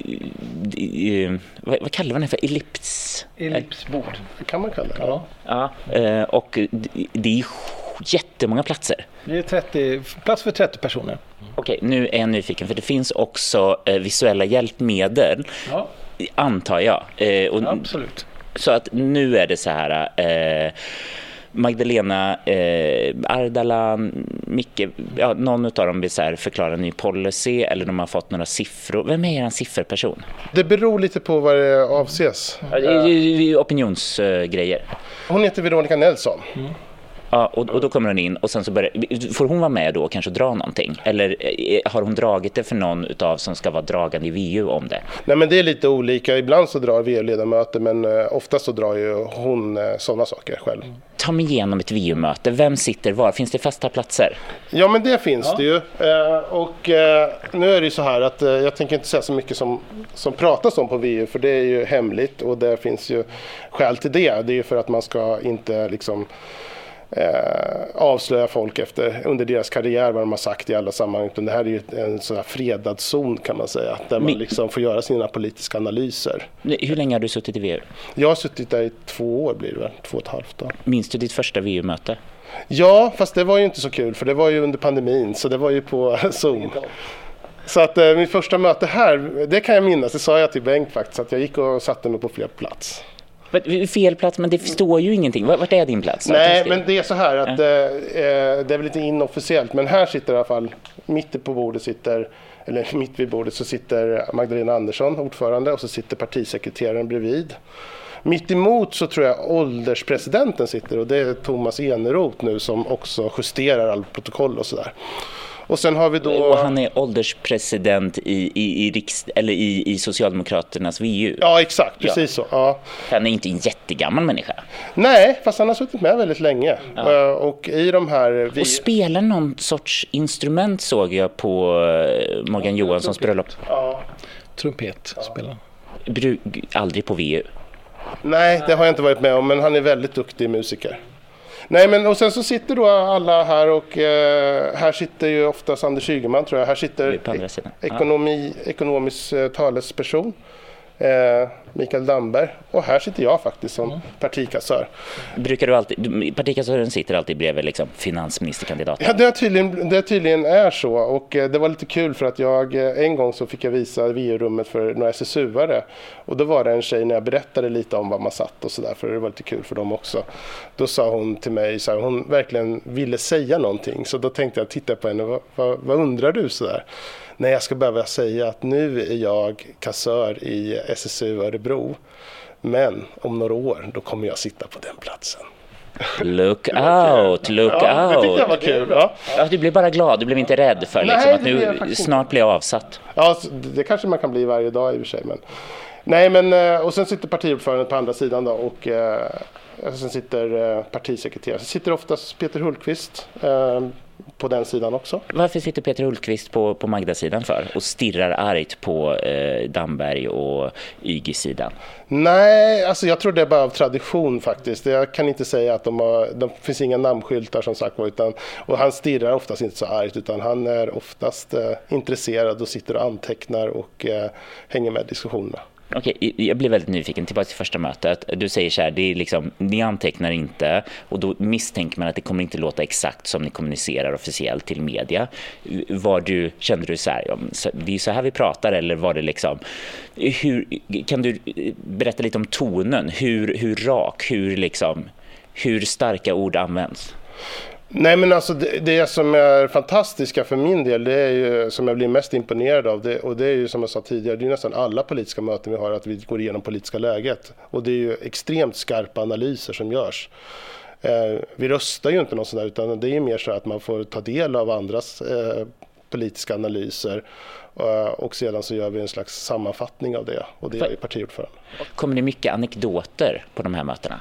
A: vad, vad kallar man det för? Ellips?
C: Ellipsbord.
B: Det kan man kalla det.
A: Ja. Ja, eh, och det, det är jättemånga platser.
C: Det är trettio, plats för trettio personer.
A: Okej, nu är jag nyfiken, för det finns också eh, visuella hjälpmedel, ja. antar jag. Eh, och,
C: ja, absolut.
A: Så att nu är det så här, eh, Magdalena, eh, Ardalan, Micke, ja, någon av dem vill så här förklara en ny policy, eller de har fått några siffror. Vem är en sifferperson?
B: Det beror lite på vad det avses.
A: Ja, det är ju opinionsgrejer.
B: Hon heter Veronica Nelson. Mm.
A: Ja, och, och då kommer hon in och sen så börjar, får hon vara med då och kanske dra någonting? Eller har hon dragit det för någon utav som ska vara dragande i V U om det?
B: Nej, men det är lite olika. Ibland så drar V U-ledamöter, men eh, oftast så drar ju hon eh, sådana saker själv.
A: Ta mig igenom ett V U-möte. Vem sitter var? Finns det fasta platser?
B: Ja, men det finns
A: ja.
B: det ju. Eh, och eh, nu är det ju så här att eh, jag tänker inte säga så mycket som, som pratas om på V U, för det är ju hemligt och det finns ju skäl till det. Det är ju för att man ska inte liksom Eh, avslöja folk efter under deras karriär vad de har sagt i alla sammanhang, utan det här är ju en sån här fredad zon kan man säga, där man liksom får göra sina politiska analyser.
A: Hur länge har du suttit i V U?
B: Jag har suttit där i två år blir det väl, två och ett halvt år.
A: Minns du ditt första V U-möte?
B: Ja, fast det var ju inte så kul för det var ju under pandemin, så det var ju på Zoom. Så att eh, mitt första möte här, det kan jag minnas, det sa jag till Bengt faktiskt, att jag gick och satte mig på fel plats.
A: Fel plats, men det förstår ju ingenting. Vart är din plats?
B: Nej, men det är så här att ja. eh, det är väl lite inofficiellt, men här sitter i alla fall, mitt på bordet sitter, eller mitt vid bordet så sitter Magdalena Andersson, ordförande, och så sitter partisekreteraren bredvid. Mitt emot så tror jag ålderspresidenten sitter, och det är Thomas Eneroth nu som också justerar all protokoll och sådär. Och sen har vi då...
A: Och han är ålderspresident i, i, i, riks... eller i, i Socialdemokraternas V U.
B: Ja, exakt. Precis ja. så. Ja.
A: Han är inte en jättegammal människa.
B: Nej, fast han har suttit med väldigt länge. Ja. Och i de här... Vi...
A: Och spelar någon sorts instrument såg jag på Morgan ja, Johanssons bröllop.
B: Ja.
C: Trumpet ja. spelar
A: Bru... Aldrig på V U.
B: Nej, det har jag inte varit med om, men han är väldigt duktig musiker. Nej, men och sen så sitter då alla här och eh, här sitter ju oftast Anders Ygeman tror jag. Här sitter ek- ekonomi, ekonomisk eh, talesperson eh, Mikael Damberg, och här sitter jag faktiskt som mm. partikassör.
A: Brukar du alltid, partikassören sitter alltid bredvid liksom finansministerkandidaten?
B: Ja, det är tydligen, det tydligen är så, och eh, det var lite kul för att jag eh, en gång så fick jag visa V U-rummet för några S S U-are, och då var det en tjej när jag berättade lite om vad man satt och sådär, för det var lite kul för dem också. Då sa hon till mig så här, hon verkligen ville säga någonting, så då tänkte jag titta på henne, vad, vad, vad undrar du sådär? Nej, jag ska behöva säga att nu är jag kassör i S S U Örebro, men om några år då kommer jag sitta på den platsen.
A: Look out, look
B: ja,
A: out.
B: Det tyckte jag var kul. Ja.
A: Ja, du blev bara glad, du blev inte rädd för liksom, nej, att nu snart blir jag avsatt.
B: Ja, det kanske man kan bli varje dag i och för sig. Men... Nej, men och sen sitter partiordföranden på andra sidan då, och och sen sitter partisekreteraren. Så sitter oftast Peter Hultqvist på den sidan också.
A: Varför sitter Peter Hultqvist på, på Magda-sidan för och stirrar argt på eh, Damberg och Yge-sidan?
B: Nej, alltså jag tror det är bara av tradition faktiskt. Jag kan inte säga att de har, de finns inga namnskyltar som sagt, utan, och han stirrar oftast inte så argt, utan han är oftast eh, intresserad och sitter och antecknar och eh, hänger med diskussionerna.
A: Okej, jag blir väldigt nyfiken. Tillbaka till första mötet. Du säger så här, det är liksom, ni antecknar inte, och då misstänker man att det kommer inte låta exakt som ni kommunicerar officiellt till media. Var du, kände du så här, ja, det är så här vi pratar, eller var det liksom, hur, kan du berätta lite om tonen? Hur, hur rak, hur liksom, hur starka ord används?
B: Nej, men alltså det, det som är fantastiska för min del, det är ju som jag blir mest imponerad av, det, och det är ju som jag sa tidigare, det är nästan alla politiska möten vi har att vi går igenom politiska läget, och det är ju extremt skarpa analyser som görs. Eh, vi röstar ju inte någon sån där, utan det är mer så att man får ta del av andras eh, politiska analyser, eh, och sedan så gör vi en slags sammanfattning av det, och det är ju partiordförande.
A: Kommer det mycket anekdoter på de här mötena?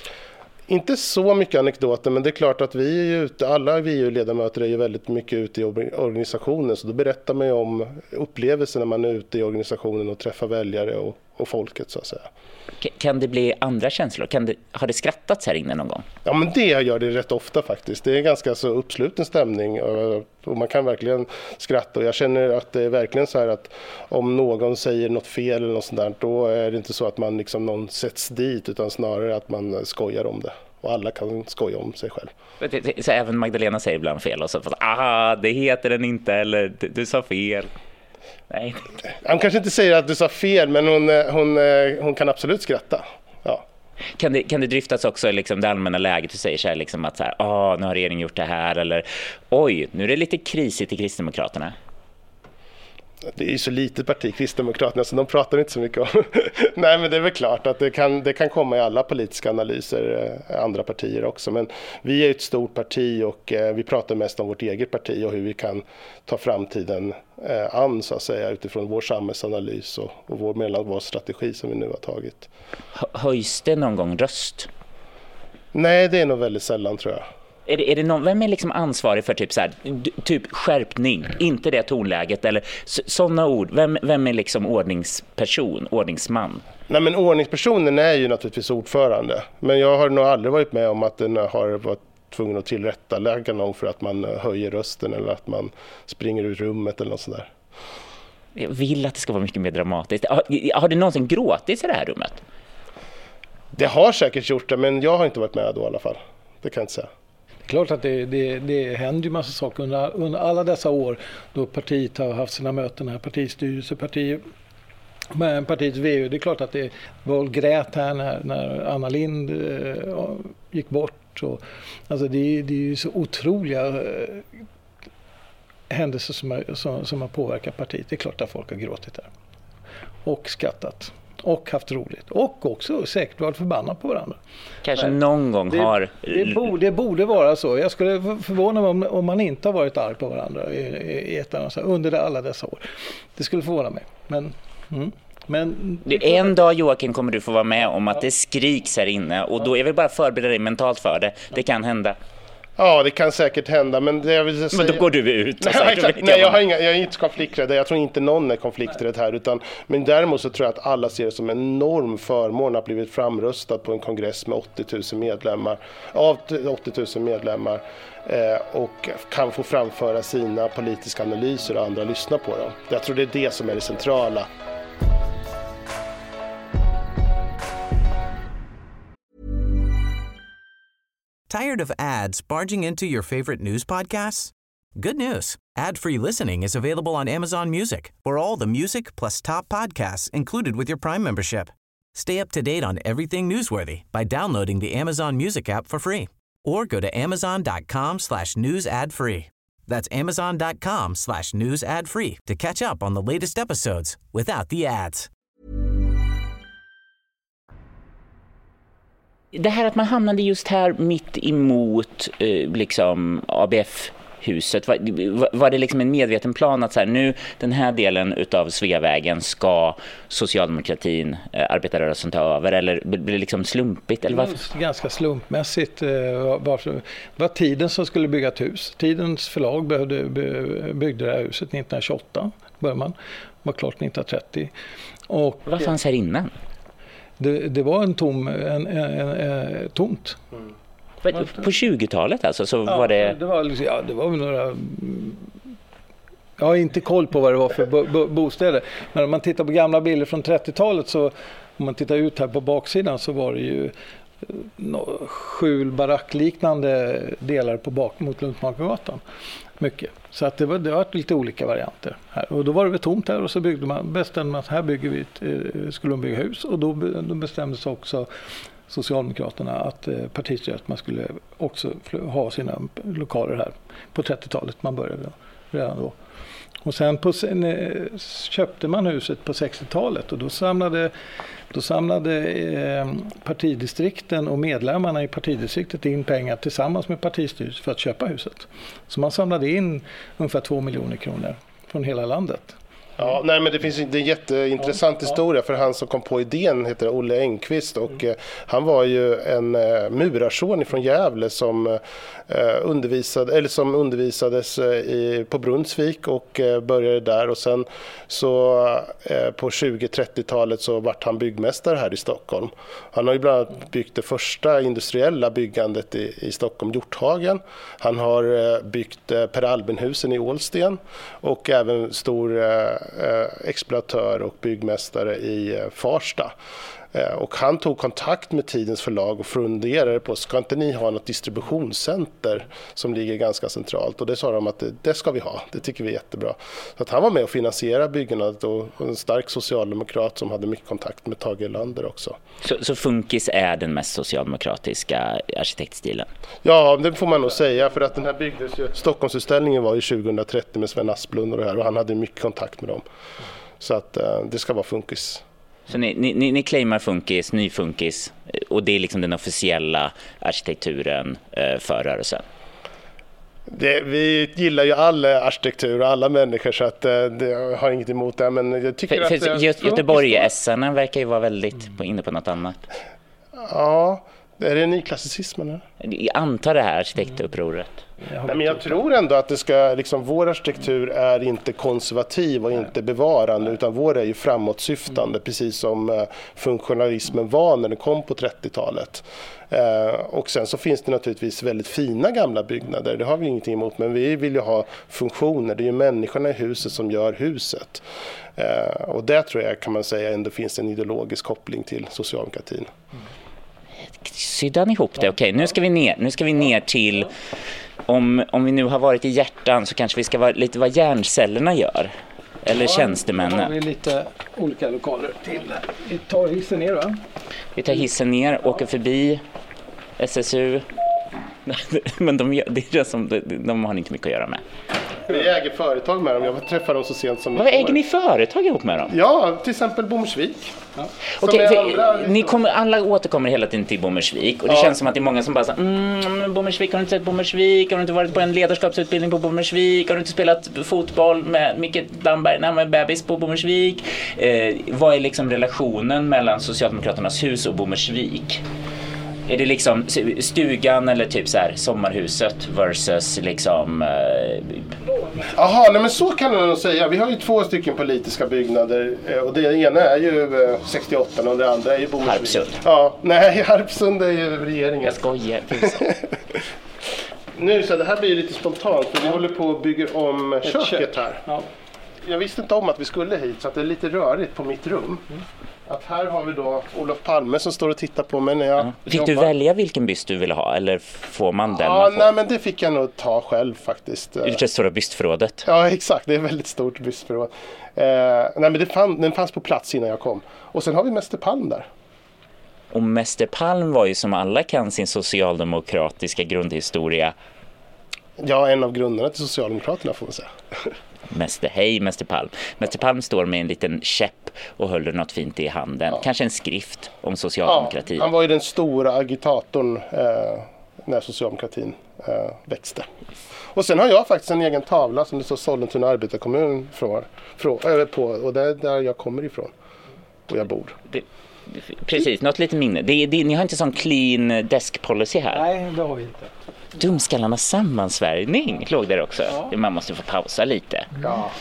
B: Inte så mycket anekdoter, men det är klart att vi är ju ute, alla V U-ledamöter är ju väldigt mycket ute i organisationen, så då berättar man ju om upplevelser när man är ute i organisationen och träffar väljare och, och folket så att säga.
A: Kan det bli andra känslor? Kan det, har det skrattats här inne någon gång?
B: Ja, men det gör det rätt ofta faktiskt. Det är ganska så uppsluten stämning, och, och man kan verkligen skratta, och jag känner att det är verkligen så här att om någon säger något fel eller något sånt där, då är det inte så att man liksom någon sätts dit, utan snarare att man skojar om det. Och alla kan skoja om sig själv.
A: Så även Magdalena säger ibland fel, och så att ah, det heter den inte, eller du, du sa fel. Nej.
B: Han kanske inte säger att du sa fel, men hon, hon, hon kan absolut skratta. Ja.
A: Kan det, kan det driftas också liksom det allmänna läget? Du säger så här, liksom att så här, ah, nu har regeringen gjort det här, eller oj, nu är det lite krisigt i Kristdemokraterna.
B: Det är ju så litet parti, Kristdemokraterna, så de pratar inte så mycket om. Nej, men det är väl klart att det kan, det kan komma i alla politiska analyser, andra partier också. Men vi är ett stort parti och vi pratar mest om vårt eget parti och hur vi kan ta framtiden an, så att säga, utifrån vår samhällsanalys och, och vår mellanvalsstrategi som vi nu har tagit.
A: Höjs det någon gång röst?
B: Nej, det är nog väldigt sällan, tror jag.
A: Är det, är det någon, vem är liksom ansvarig för typ så här, typ skärpning, inte det tonläget eller sådana ord? Vem, vem är liksom ordningsperson, ordningsman?
B: Nej, men ordningspersonen är ju naturligtvis ordförande. Men jag har nog aldrig varit med om att den har varit tvungen att tillrättalägga någon för att man höjer rösten eller att man springer ur rummet eller något sånt där.
A: Jag vill att det ska vara mycket mer dramatiskt. Har, har det någonsin gråtit i det här rummet?
B: Det har säkert gjort det, men jag har inte varit med då i alla fall. Det kan jag inte säga.
C: Klart att det, det, det händer ju massa saker under, under alla dessa år då partiet har haft sina möten här, partistyrelse, parti, med partiets V U. Det är klart att det var grät här när, när Anna Lind eh, gick bort. Och, alltså det, det är ju så otroliga eh, händelser som har, som, som har påverkat partiet. Det är klart att folk har gråtit här och skrattat. Och haft roligt. Och också säkert varit förbannat på varandra.
A: Kanske Nej. någon gång
C: det,
A: har...
C: Det borde, det borde vara så. Jag skulle förvåna mig om, om man inte har varit arg på varandra i, i ett annat, under alla dessa år. Det skulle förvåna mig. Men... Mm. Men
A: en dag, Joakim, kommer du få vara med om att det skriks här inne. Och då är vi bara förbereda dig mentalt för det. Det kan hända.
B: Ja, det kan säkert hända, men det jag vill säga...
A: Men då går du ut.
B: Nej,
A: säger,
B: exakt. Nej, jag, har inga, jag är inte konflikträdd. Jag tror inte någon är konflikträdd här. Utan, men däremot så tror jag att alla ser det som en enorm förmån att ha blivit framröstad på en kongress med åttio tusen medlemmar. Av åttio tusen medlemmar. Eh, och kan få framföra sina politiska analyser och andra lyssna på dem. Jag tror det är det som är det centrala.
K: Tired of ads barging into your favorite news podcasts? Good news. Ad-free listening is available on Amazon Music for all the music plus top podcasts included with your Prime membership. Stay up to date on everything newsworthy by downloading the Amazon Music app for free or go to amazon.com slash news ad free. That's amazon.com slash news ad free to catch up on the latest episodes without the ads.
A: Det här att man hamnade just här mitt emot eh, liksom A B F-huset, var, var det liksom en medveten plan att så här, nu den här delen utav Sveavägen ska socialdemokratin, eh, arbetarrörelsen ta över, eller blir det liksom slumpigt? Eller varför?
C: Ganska slumpmässigt. Eh, varför, det var Tiden som skulle bygga ett hus. Tidens förlag behövde, byggde det här huset nittonhundratjugoåtta, började man. Var klart nittonhundratrettio. Och,
A: vad fanns här innan?
C: Det, det var en tom, en, en, en, en, tomt.
A: Mm. På tjugotalet alltså? Så
C: ja,
A: var det...
C: Det var, liksom, ja, det var väl några... Jag har inte koll på vad det var för bo, bo, bostäder. Men om man tittar på gamla bilder från trettiotalet så, om man tittar ut här på baksidan så var det ju no, skjul barackliknande delar på bak mot Luntmakargatan. Mycket. Så att det var, det var lite olika varianter här. Och då var det väl tomt här och så byggde man, bestämde man att här bygger vi ett, skulle de bygga hus. Och då, då bestämdes också Socialdemokraterna att eh, partistyrelsen man skulle också ha sina lokaler här på trettiotalet. Man började redan då. Och sen på, sen, köpte man huset på sextiotalet och då samlade, då samlade eh, partidistrikten och medlemmarna i partidistriktet in pengar tillsammans med partistyrelsen för att köpa huset. Så man samlade in ungefär två miljoner kronor från hela landet.
B: Ja, nej, men det finns en jätteintressant ja, historia för han som kom på idén heter Olle Engqvist och mm. han var ju en uh, murarson från Gävle som uh, undervisade eller som undervisades uh, i på Brunnsvik och uh, började där och sen så uh, på tjugo-trettiotalet så vart han byggmästare här i Stockholm. Han har ju bland annat byggt det första industriella byggandet i, i Stockholm, Hjorthagen. Han har uh, byggt uh, Per Albinhusen i Ålsten och även stor uh, exploatör och byggmästare i Farsta. Och han tog kontakt med Tidens förlag och funderade på, ska inte ni ha något distributionscenter som ligger ganska centralt? Och det sa de att det, det ska vi ha, det tycker vi är jättebra. Så att han var med och finansierade byggandet och en stark socialdemokrat som hade mycket kontakt med Tage Erlander också.
A: Så, så Funkis är den mest socialdemokratiska arkitektstilen? Ja,
B: det får man nog säga, för att den här byggdes ju, Stockholmsutställningen var ju tjugohundratrettio med Sven Asplund och det här, och han hade mycket kontakt med dem. Så att uh, det ska vara Funkis.
A: Så ni, ni, ni claimar Funkis, ny Funkis, och det är liksom den officiella arkitekturen uh, för rörelsen?
B: Det, vi gillar ju all arkitektur och alla människor, så att uh, det har inget emot det, men jag tycker
A: för,
B: att...
A: För Gö- Göteborg-essarna verkar ju vara väldigt på, inne på något annat.
B: Ja, är det nyklassicismen? Eller?
A: Jag antar det här arkitektupproret.
B: Nej, men jag tror ändå att det ska, liksom, vår arkitektur är inte konservativ och inte bevarande, utan vår är ju framåtsyftande, mm. precis som uh, funktionalismen var när den kom på trettiotalet. Uh, och sen så finns det naturligtvis väldigt fina gamla byggnader, det har vi ingenting emot, men vi vill ju ha funktioner, det är ju människorna i huset som gör huset. Uh, och där tror jag, kan man säga, ändå finns en ideologisk koppling till socialdemokratin. Mm.
A: Sydde han ihop det? Okej, nu ska vi ner, nu ska vi ner till... Om, om vi nu har varit i hjärtan så kanske vi ska vara lite vad hjärncellerna gör. Eller ja, tjänstemännen.
C: Då har vi lite olika lokaler till. Vi tar hissen ner, va?
A: Vi tar hissen ner, åker förbi S S U. Men de, det är som, de, de har inte mycket att göra med.
B: Vi äger företag med dem. Jag träffade dem så sent som...
A: Vad äger ni företag ihop med dem?
B: Ja, till exempel Bommersvik. Ja.
A: Okej, okay, andra... ni kommer, alla återkommer hela tiden till Bommersvik. Och det ja. känns som att det är många som bara säger mm, Bommersvik, har du inte sett Bommersvik? Har du inte varit på en ledarskapsutbildning på Bommersvik? Har du inte spelat fotboll med Micke Damberg när han var bebis på Bommersvik? Eh, vad är liksom relationen mellan Socialdemokraternas hus och Bommersvik? Är det liksom stugan eller typ så här sommarhuset versus liksom...
B: Jaha, eh... nej men så kan man nog säga. Vi har ju två stycken politiska byggnader och det ena är ju sextioåtta och det andra är ju Bommersvik.
A: Harpsund.
B: Ja, nej, Harpsund är ju regeringen.
A: Jag skojar.
B: Nu så det här blir lite spontant för vi håller på att bygga om Ett köket kök. här. Ja. Jag visste inte om att vi skulle hit så att det är lite rörigt på mitt rum. Mm. Att här har vi då Olof Palme som står och tittar på mig när jag
A: ja. Fick jobbar. Du välja vilken byst du ville ha eller får man den?
B: Ja,
A: man
B: nej men det fick jag nog ta själv faktiskt.
A: Det är det stora bystförrådet.
B: Ja, exakt. Det är väldigt stort bystförråd. Eh, nej men det fann, den fanns på plats innan jag kom. Och sen har vi Mäster Palm där.
A: Och Mäster Palm var ju som alla kan sin socialdemokratiska grundhistoria.
B: Ja, en av grunderna till Socialdemokraterna får man säga.
A: Mäster, hej Mäster Palm. Mäster Palm står med en liten käpp och håller något fint i handen. Ja. Kanske en skrift om socialdemokratin.
B: Ja, han var ju den stora agitatorn eh, när socialdemokratin eh, växte. Och sen har jag faktiskt en egen tavla som det står Sollentuna arbetarkommun från, från, äh, på. Och det är där jag kommer ifrån. Och jag bor.
A: Det, precis, något lite minne. Det, det, ni har inte sån clean desk policy här?
C: Nej, det har vi inte.
A: Dumskallarnas sammansvärjning låg där också. Ja. Man måste få pausa lite.
B: Ja.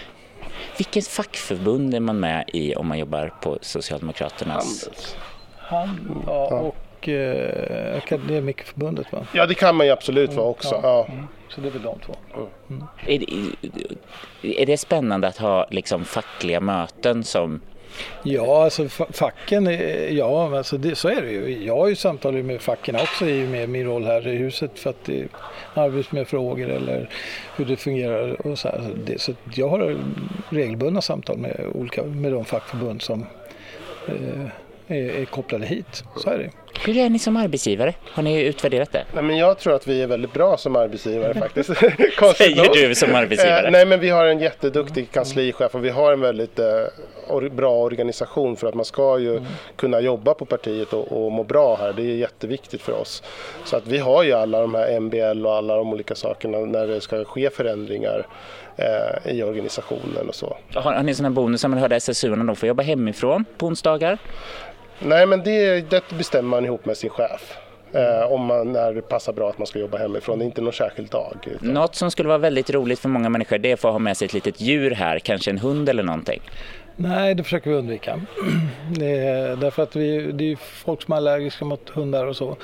A: Vilket fackförbund är man med i om man jobbar på Socialdemokraternas?
B: Handels.
C: Handel, ja, och eh, Akademikerförbundet, va?
B: Ja, det kan man ju absolut vara också.
C: Ja. Ja. Mm. Så det är väl de två.
A: Mm. Är, det, är det spännande att ha liksom fackliga möten som...
C: Ja, alltså facken, ja, alltså det, så är det ju. Jag har ju samtalat med facken också i med min roll här i huset för att det arbetar med frågor eller hur det fungerar och så här. Det, så jag har regelbundna samtal med olika med de fackförbund som eh, är, är kopplade hit. Så är det.
A: Hur är ni som arbetsgivare? Har ni utvärderat det?
B: Nej, men jag tror att vi är väldigt bra som arbetsgivare faktiskt.
A: Säger du som arbetsgivare?
B: Eh, nej, men vi har en jätteduktig kanslichef och vi har en väldigt eh, or- bra organisation för att man ska ju mm. kunna jobba på partiet och, och må bra här. Det är jätteviktigt för oss. Så att vi har ju alla de här M B L och alla de olika sakerna när det ska ske förändringar eh, i organisationen och så.
A: Har, har ni sådana bonusar? Man hörde S S U-arna då får jobba hemifrån på onsdagar?
B: Nej, men det, det bestämmer man ihop med sin chef. Eh, om man, när det passar bra att man ska jobba hemifrån. Det är inte någon särskild dag. Utan...
A: Något som skulle vara väldigt roligt för många människor det är att få ha med sig ett litet djur här. Kanske en hund eller någonting.
C: Nej, det försöker vi undvika. Det är, därför att vi, det är folk som är allergiska mot hundar och så.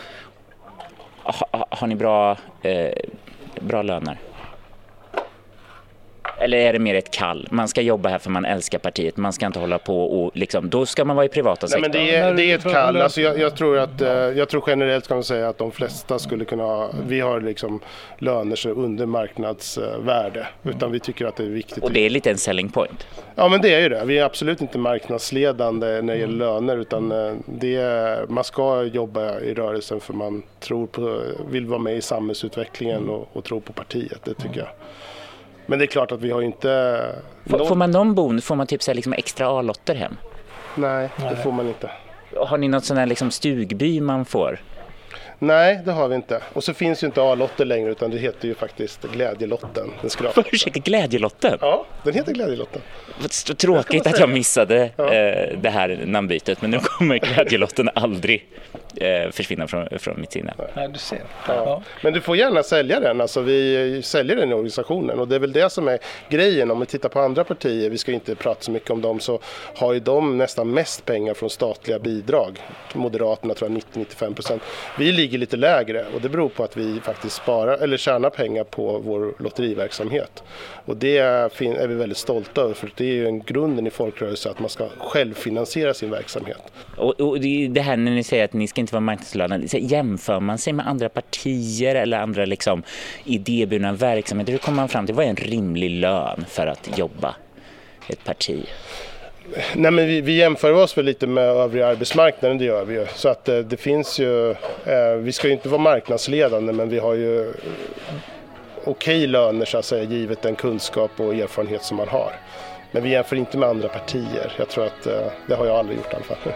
A: Ha, har ni bra, eh, bra löner? Eller är det mer ett kall? Man ska jobba här för man älskar partiet. Man ska inte hålla på och liksom, då ska man vara i privata sektorn.
B: Nej, men det är, det är ett kall. Alltså jag, jag, tror att, jag tror generellt kan man säga att de flesta skulle kunna ha, vi har liksom löner så under marknadsvärde. Utan vi tycker att det är viktigt.
A: Och det är lite en selling point.
B: Ja, men det är ju det. Vi är absolut inte marknadsledande när det gäller löner, utan det är, man ska jobba i rörelsen för man tror på, vill vara med i samhällsutvecklingen och, och tror på partiet, det tycker jag. Men det är klart att vi har inte...
A: Får, någon... får man någon bonus? Får man typ så här liksom extra A-lotter hem?
B: Nej, det Nej. får man inte.
A: Har ni något sån här liksom stugby man får?
B: Nej, det har vi inte. Och så finns ju inte A-lotter längre, utan det heter ju faktiskt Glädjelotten.
A: Ursäkta, Glädjelotten?
B: Ja, den heter Glädjelotten.
A: Så tråkigt att jag missade ja. eh, det här namnbytet, men nu kommer Glädjelotten aldrig eh, försvinna från, från mitt sinne.
C: Nej, du ser.
B: Ja. Ja. Men du får gärna sälja den. Alltså, vi säljer den i organisationen, och det är väl det som är grejen. Om vi tittar på andra partier, vi ska inte prata så mycket om dem, så har ju de nästan mest pengar från statliga bidrag. Moderaterna tror jag nittio till nittiofem procent. Vi ligger lite lägre, och det beror på att vi faktiskt sparar eller tjänar pengar på vår lotteriverksamhet. Och det är vi väldigt stolta över, för det är ju en grunden i folkrörelse att man ska självfinansiera sin verksamhet.
A: Och, och det här när ni säger att ni ska inte vara marknadslönade, jämför man sig med andra partier eller andra liksom idéburna verksamheter? Hur kommer man fram till vad är en rimlig lön för att jobba i ett parti?
B: Nej, men vi, vi jämför oss väl lite med övriga arbetsmarknaden, det gör vi ju. Så att eh, det finns ju, eh, vi ska ju inte vara marknadsledande, men vi har ju okej löner så att säga, givet den kunskap och erfarenhet som man har. Men vi jämför inte med andra partier. Jag tror att eh, det har jag aldrig gjort i alla fall.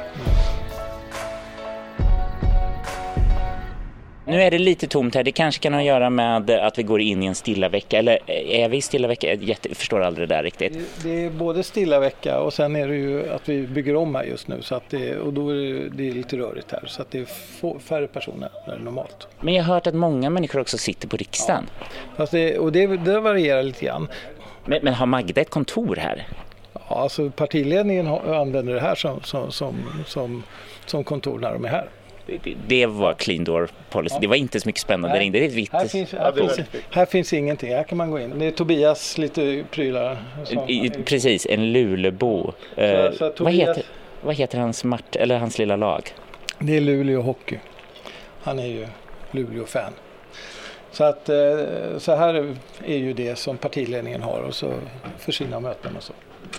A: Nu är det lite tomt här. Det kanske kan ha att göra med att vi går in i en stilla vecka. Eller är vi i stilla vecka? Jag förstår aldrig det där riktigt.
C: Det är både stilla vecka och sen är det ju att vi bygger om här just nu. Så att det, och då är det, det är lite rörigt här. Så att det är få, färre personer än normalt.
A: Men jag har hört att många människor också sitter på riksdagen.
C: Ja. Fast det, och det, det varierar lite grann.
A: Men, men har Magda ett kontor här?
C: Ja, alltså partiledningen använder det här som, som, som, som, som kontor när de är här.
A: Det var clean door policy. Ja. Det var inte så mycket spännande där inne. Det är ett vitt.
C: Här finns, här, finns, här finns ingenting. Här kan man gå in. Det är Tobias lite prylar.
A: I, precis, en Lulebo. Så, uh, så Tobias... vad, heter, vad heter hans mart, eller hans lilla lag?
C: Det är Luleå Hockey. Han är ju Luleå-fan. Så att så här är ju det som partiledningen har, och så för sina möten och så.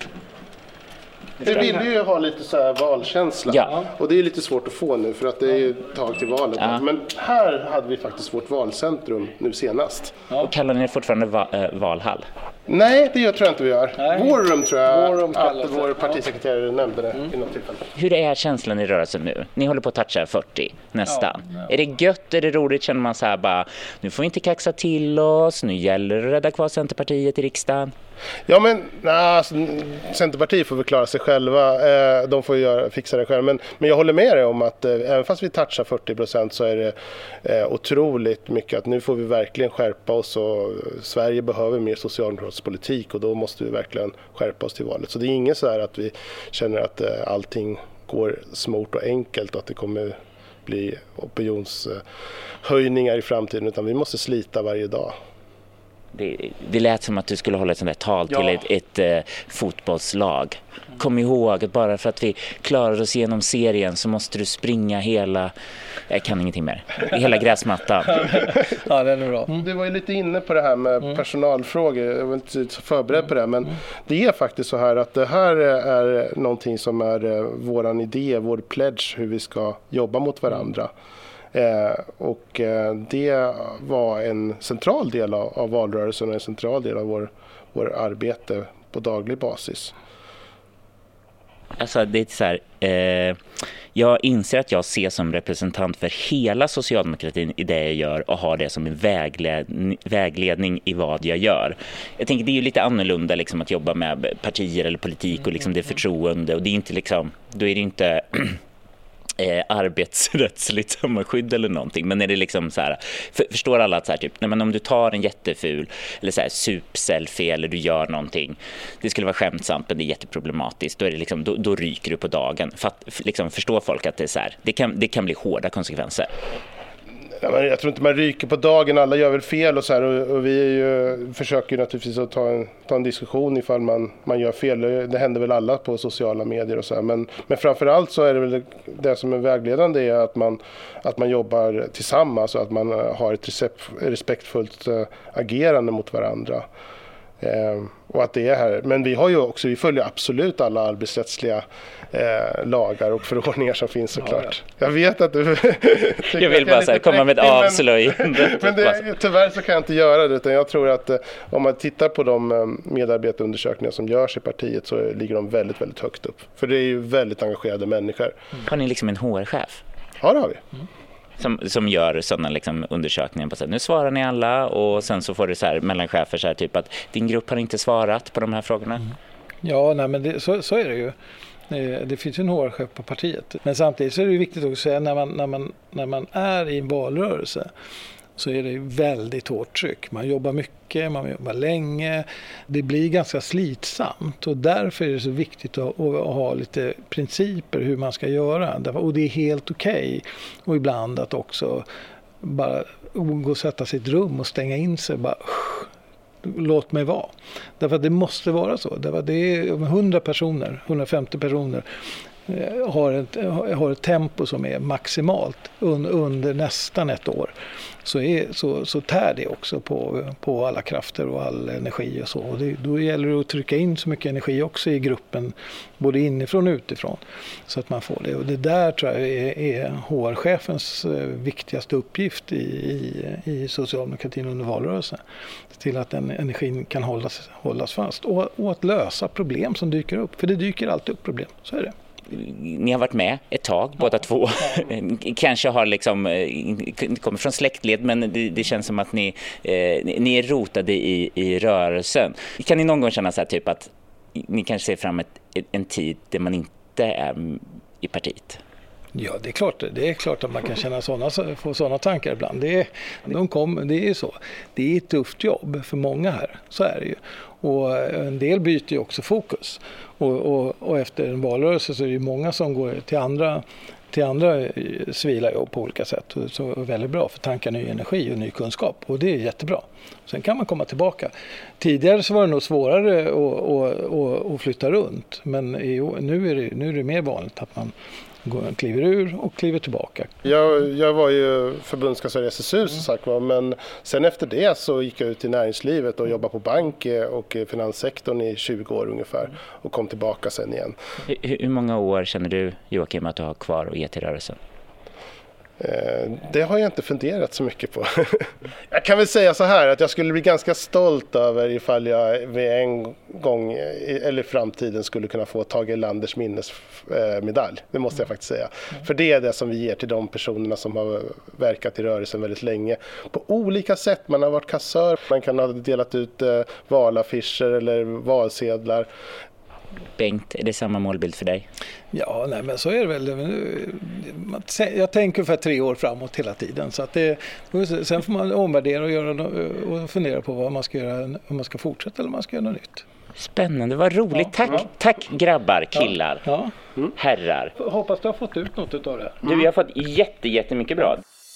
B: Vi vill ju ha lite så här valkänsla.
A: Ja.
B: Och det är lite svårt att få nu, för att det är ju ett tag till valet. Ja. Men här hade vi faktiskt vårt valcentrum nu senast.
A: Ja. Och kallar ni det fortfarande va- äh, valhall?
B: Nej, det gör, tror jag inte vi gör. Vårum tror jag Vårum att vår partisekreterare ja. nämnde det mm. i något tillfälle.
A: Hur är känslan i rörelsen nu? Ni håller på att toucha fyrtio nästan. Ja. Ja. Är det gött? Är det roligt? Känner man så här bara, nu får vi inte kaxa till oss. Nu gäller det att rädda kvar Centerpartiet i riksdagen.
B: Ja, men nej, alltså, Centerpartiet får väl klara sig själva. Eh, de får ju göra, fixa det själva. Men, men jag håller med dig om att eh, även fast vi touchar fyrtio procent så är det eh, otroligt mycket att nu får vi verkligen skärpa oss, och Sverige behöver mer socialdemokratisk politik, och då måste vi verkligen skärpa oss till valet. Så det är inget så här att vi känner att eh, allting går smort och enkelt och att det kommer bli opinionshöjningar i framtiden, utan vi måste slita varje dag.
A: Det, det lät som att du skulle hålla ett sånt där tal
B: ja.
A: till ett, ett, ett fotbollslag. Kom ihåg att bara för att vi klarar oss igenom serien så måste du springa hela, jag kan ingenting mer, hela gräsmattan.
C: Ja, det är bra.
B: Mm. Du var ju lite inne på det här med mm. personalfrågor. Jag var inte så förberedd på det, men mm. det är faktiskt så här att det här är någonting som är våran idé, vår pledge, hur vi ska jobba mot varandra. Eh, och eh, det var en central del av, av valrörelsen och en central del av vår, vår arbete på daglig basis.
A: Alltså det är så här, eh, jag inser att jag ser som representant för hela socialdemokratin i det jag gör och har det som en vägled, vägledning i vad jag gör. Jag tänker det är ju lite annorlunda liksom, att jobba med partier eller politik och liksom, det är förtroende, och det är inte liksom, då är det inte Eh, arbetsrättsligt sammanskydd eller någonting, men är det liksom så här, för, förstår alla att så här, typ, nej, men om du tar en jätteful eller så här sup-selfie eller du gör någonting, det skulle vara skämtsamt men det är jätteproblematiskt, då är det liksom, då, då ryker du på dagen. För att liksom förstår folk att det är så här, det kan, det kan bli hårda konsekvenser.
B: Ja, men jag tror inte man ryker på dagen, alla gör väl fel och så här, och, och vi är ju, försöker ju naturligtvis att ta en, ta en diskussion ifall man, man gör fel. Det händer väl alla på sociala medier och så här. Men, men framförallt så är det väl det, det som är vägledande är att man, att man jobbar tillsammans och att man har ett recept, respektfullt äh, agerande mot varandra. Eh, och att det är här. Men vi har ju också, vi följer absolut alla arbetsrättsliga eh, lagar och förordningar som finns såklart. Ja, ja. Jag vet att du
A: jag vill bara så här, komma med ett avslöjande.
B: Men, men det, tyvärr så kan jag inte göra det, utan jag tror att eh, om man tittar på de eh, medarbetarundersökningar som görs i partiet så ligger de väldigt, väldigt högt upp. För det är ju väldigt engagerade människor.
A: Mm. Har ni liksom en H R-chef?
B: Ja, det har vi.
A: Mm. Som, som gör sådana liksom undersökningar på så här, nu svarar ni alla och sen så får du så här mellan chefer så här typ att din grupp har inte svarat på de här frågorna. Mm.
C: Ja, nej, men det, så, så är det ju. Det, det finns ju en H R-chef på partiet. Men samtidigt så är det viktigt att säga när man, när man, när man är i en valrörelse så är det väldigt hårt tryck. Man jobbar mycket, man jobbar länge. Det blir ganska slitsamt och därför är det så viktigt att, att ha lite principer hur man ska göra. Och det är helt okej. Okay. Och ibland att också bara gå och sätta sig i ett rum och stänga in sig. Bara, låt mig vara. Därför att det måste vara så. Därför att det är hundra personer, hundrafemtio personer har ett, har ett tempo som är maximalt un, under nästan ett år. Så, är, så, så tär det också på, på alla krafter och all energi och så. Och det, då gäller det att trycka in så mycket energi också i gruppen, både inifrån och utifrån, så att man får det. Och det där tror jag är, är H R-chefens viktigaste uppgift i, i, i socialdemokratin under valrörelsen. Till att den energin kan hållas, hållas fast. Och, och att lösa problem som dyker upp. För det dyker alltid upp problem, så är det.
A: Ni har varit med ett tag, båda ja. två. Ja. Kanske har liksom, kommer från släktled, men det, det känns som att ni, eh, ni är rotade i, i rörelsen. Kan ni någon gång känna så här typ att ni kanske ser fram ett, en tid där man inte är i partiet?
C: Ja, det är klart, det är klart att man kan känna såna, få sådana tankar ibland. Det är, de kom, det är ju så. Det är ett tufft jobb för många här, så är det ju. Och en del byter ju också fokus. Och, och, och efter en valrörelse så är det många som går till andra, till andra civila jobb på olika sätt. Och så är det väldigt bra för tankar ny energi och ny kunskap. Och det är jättebra. Sen kan man komma tillbaka. Tidigare så var det nog svårare att, att, att, att flytta runt. Men nu är det, nu är det mer vanligt att man går, kliver ur och kliver tillbaka.
B: Jag, jag var ju förbundskansler i S S U som sagt var, men sen efter det så gick jag ut i näringslivet och jobbade på bank och finanssektorn i tjugo år ungefär och kom tillbaka sen igen.
A: Hur, hur många år känner du, Joakim, att du har kvar att ge till rörelsen?
B: Det har jag inte funderat så mycket på. Jag kan väl säga så här att jag skulle bli ganska stolt över ifall jag vid en gång eller i framtiden skulle kunna få Tage Erlanders minnesmedalj. Det måste jag faktiskt säga. För det är det som vi ger till de personerna som har verkat i rörelsen väldigt länge. På olika sätt. Man har varit kassör, man kan ha delat ut valaffischer eller valsedlar.
A: Bengt, är det samma målbild för dig?
C: Ja, nej, men så är det väl. Jag tänker för tre år framåt hela tiden. Så att det, sen får man omvärdera och, göra, och fundera på vad man ska göra, om man ska fortsätta eller om man ska göra något nytt.
A: Spännande, vad roligt. Ja, tack, ja. tack grabbar, killar, ja. Ja. Mm. herrar.
C: Hoppas du har fått ut något av det här.
A: Du, jag har fått jätte, jättemycket bra.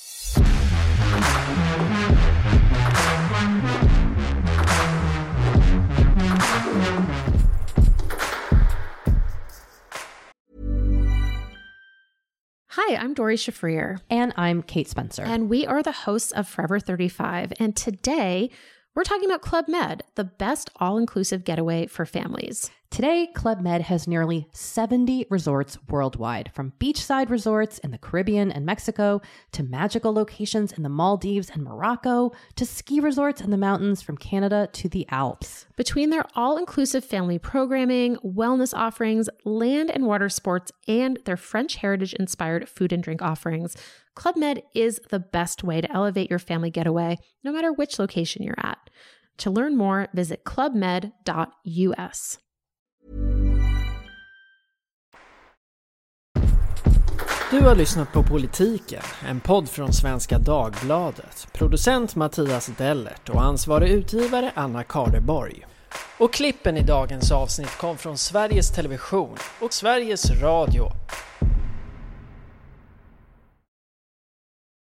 L: Hi, I'm Dory Shafrir.
M: And I'm Kate Spencer.
L: And we are the hosts of Forever thirty-five. And today, we're talking about Club Med, the best all-inclusive getaway for families.
M: Today, Club Med has nearly seventy resorts worldwide, from beachside resorts in the Caribbean and Mexico, to magical locations in the Maldives and Morocco, to ski resorts in the mountains from Canada to the Alps.
L: Between their all-inclusive family programming, wellness offerings, land and water sports, and their French heritage-inspired food and drink offerings, Club Med is the best way to elevate your family getaway, no matter which location you're at. To learn more, visit club med dot u s.
N: Du har lyssnat på Politiken, en podd från Svenska Dagbladet. Producent Mattias Dellert och ansvarig utgivare Anna Kardeborg. Och klippen i dagens avsnitt kom från Sveriges Television och Sveriges Radio.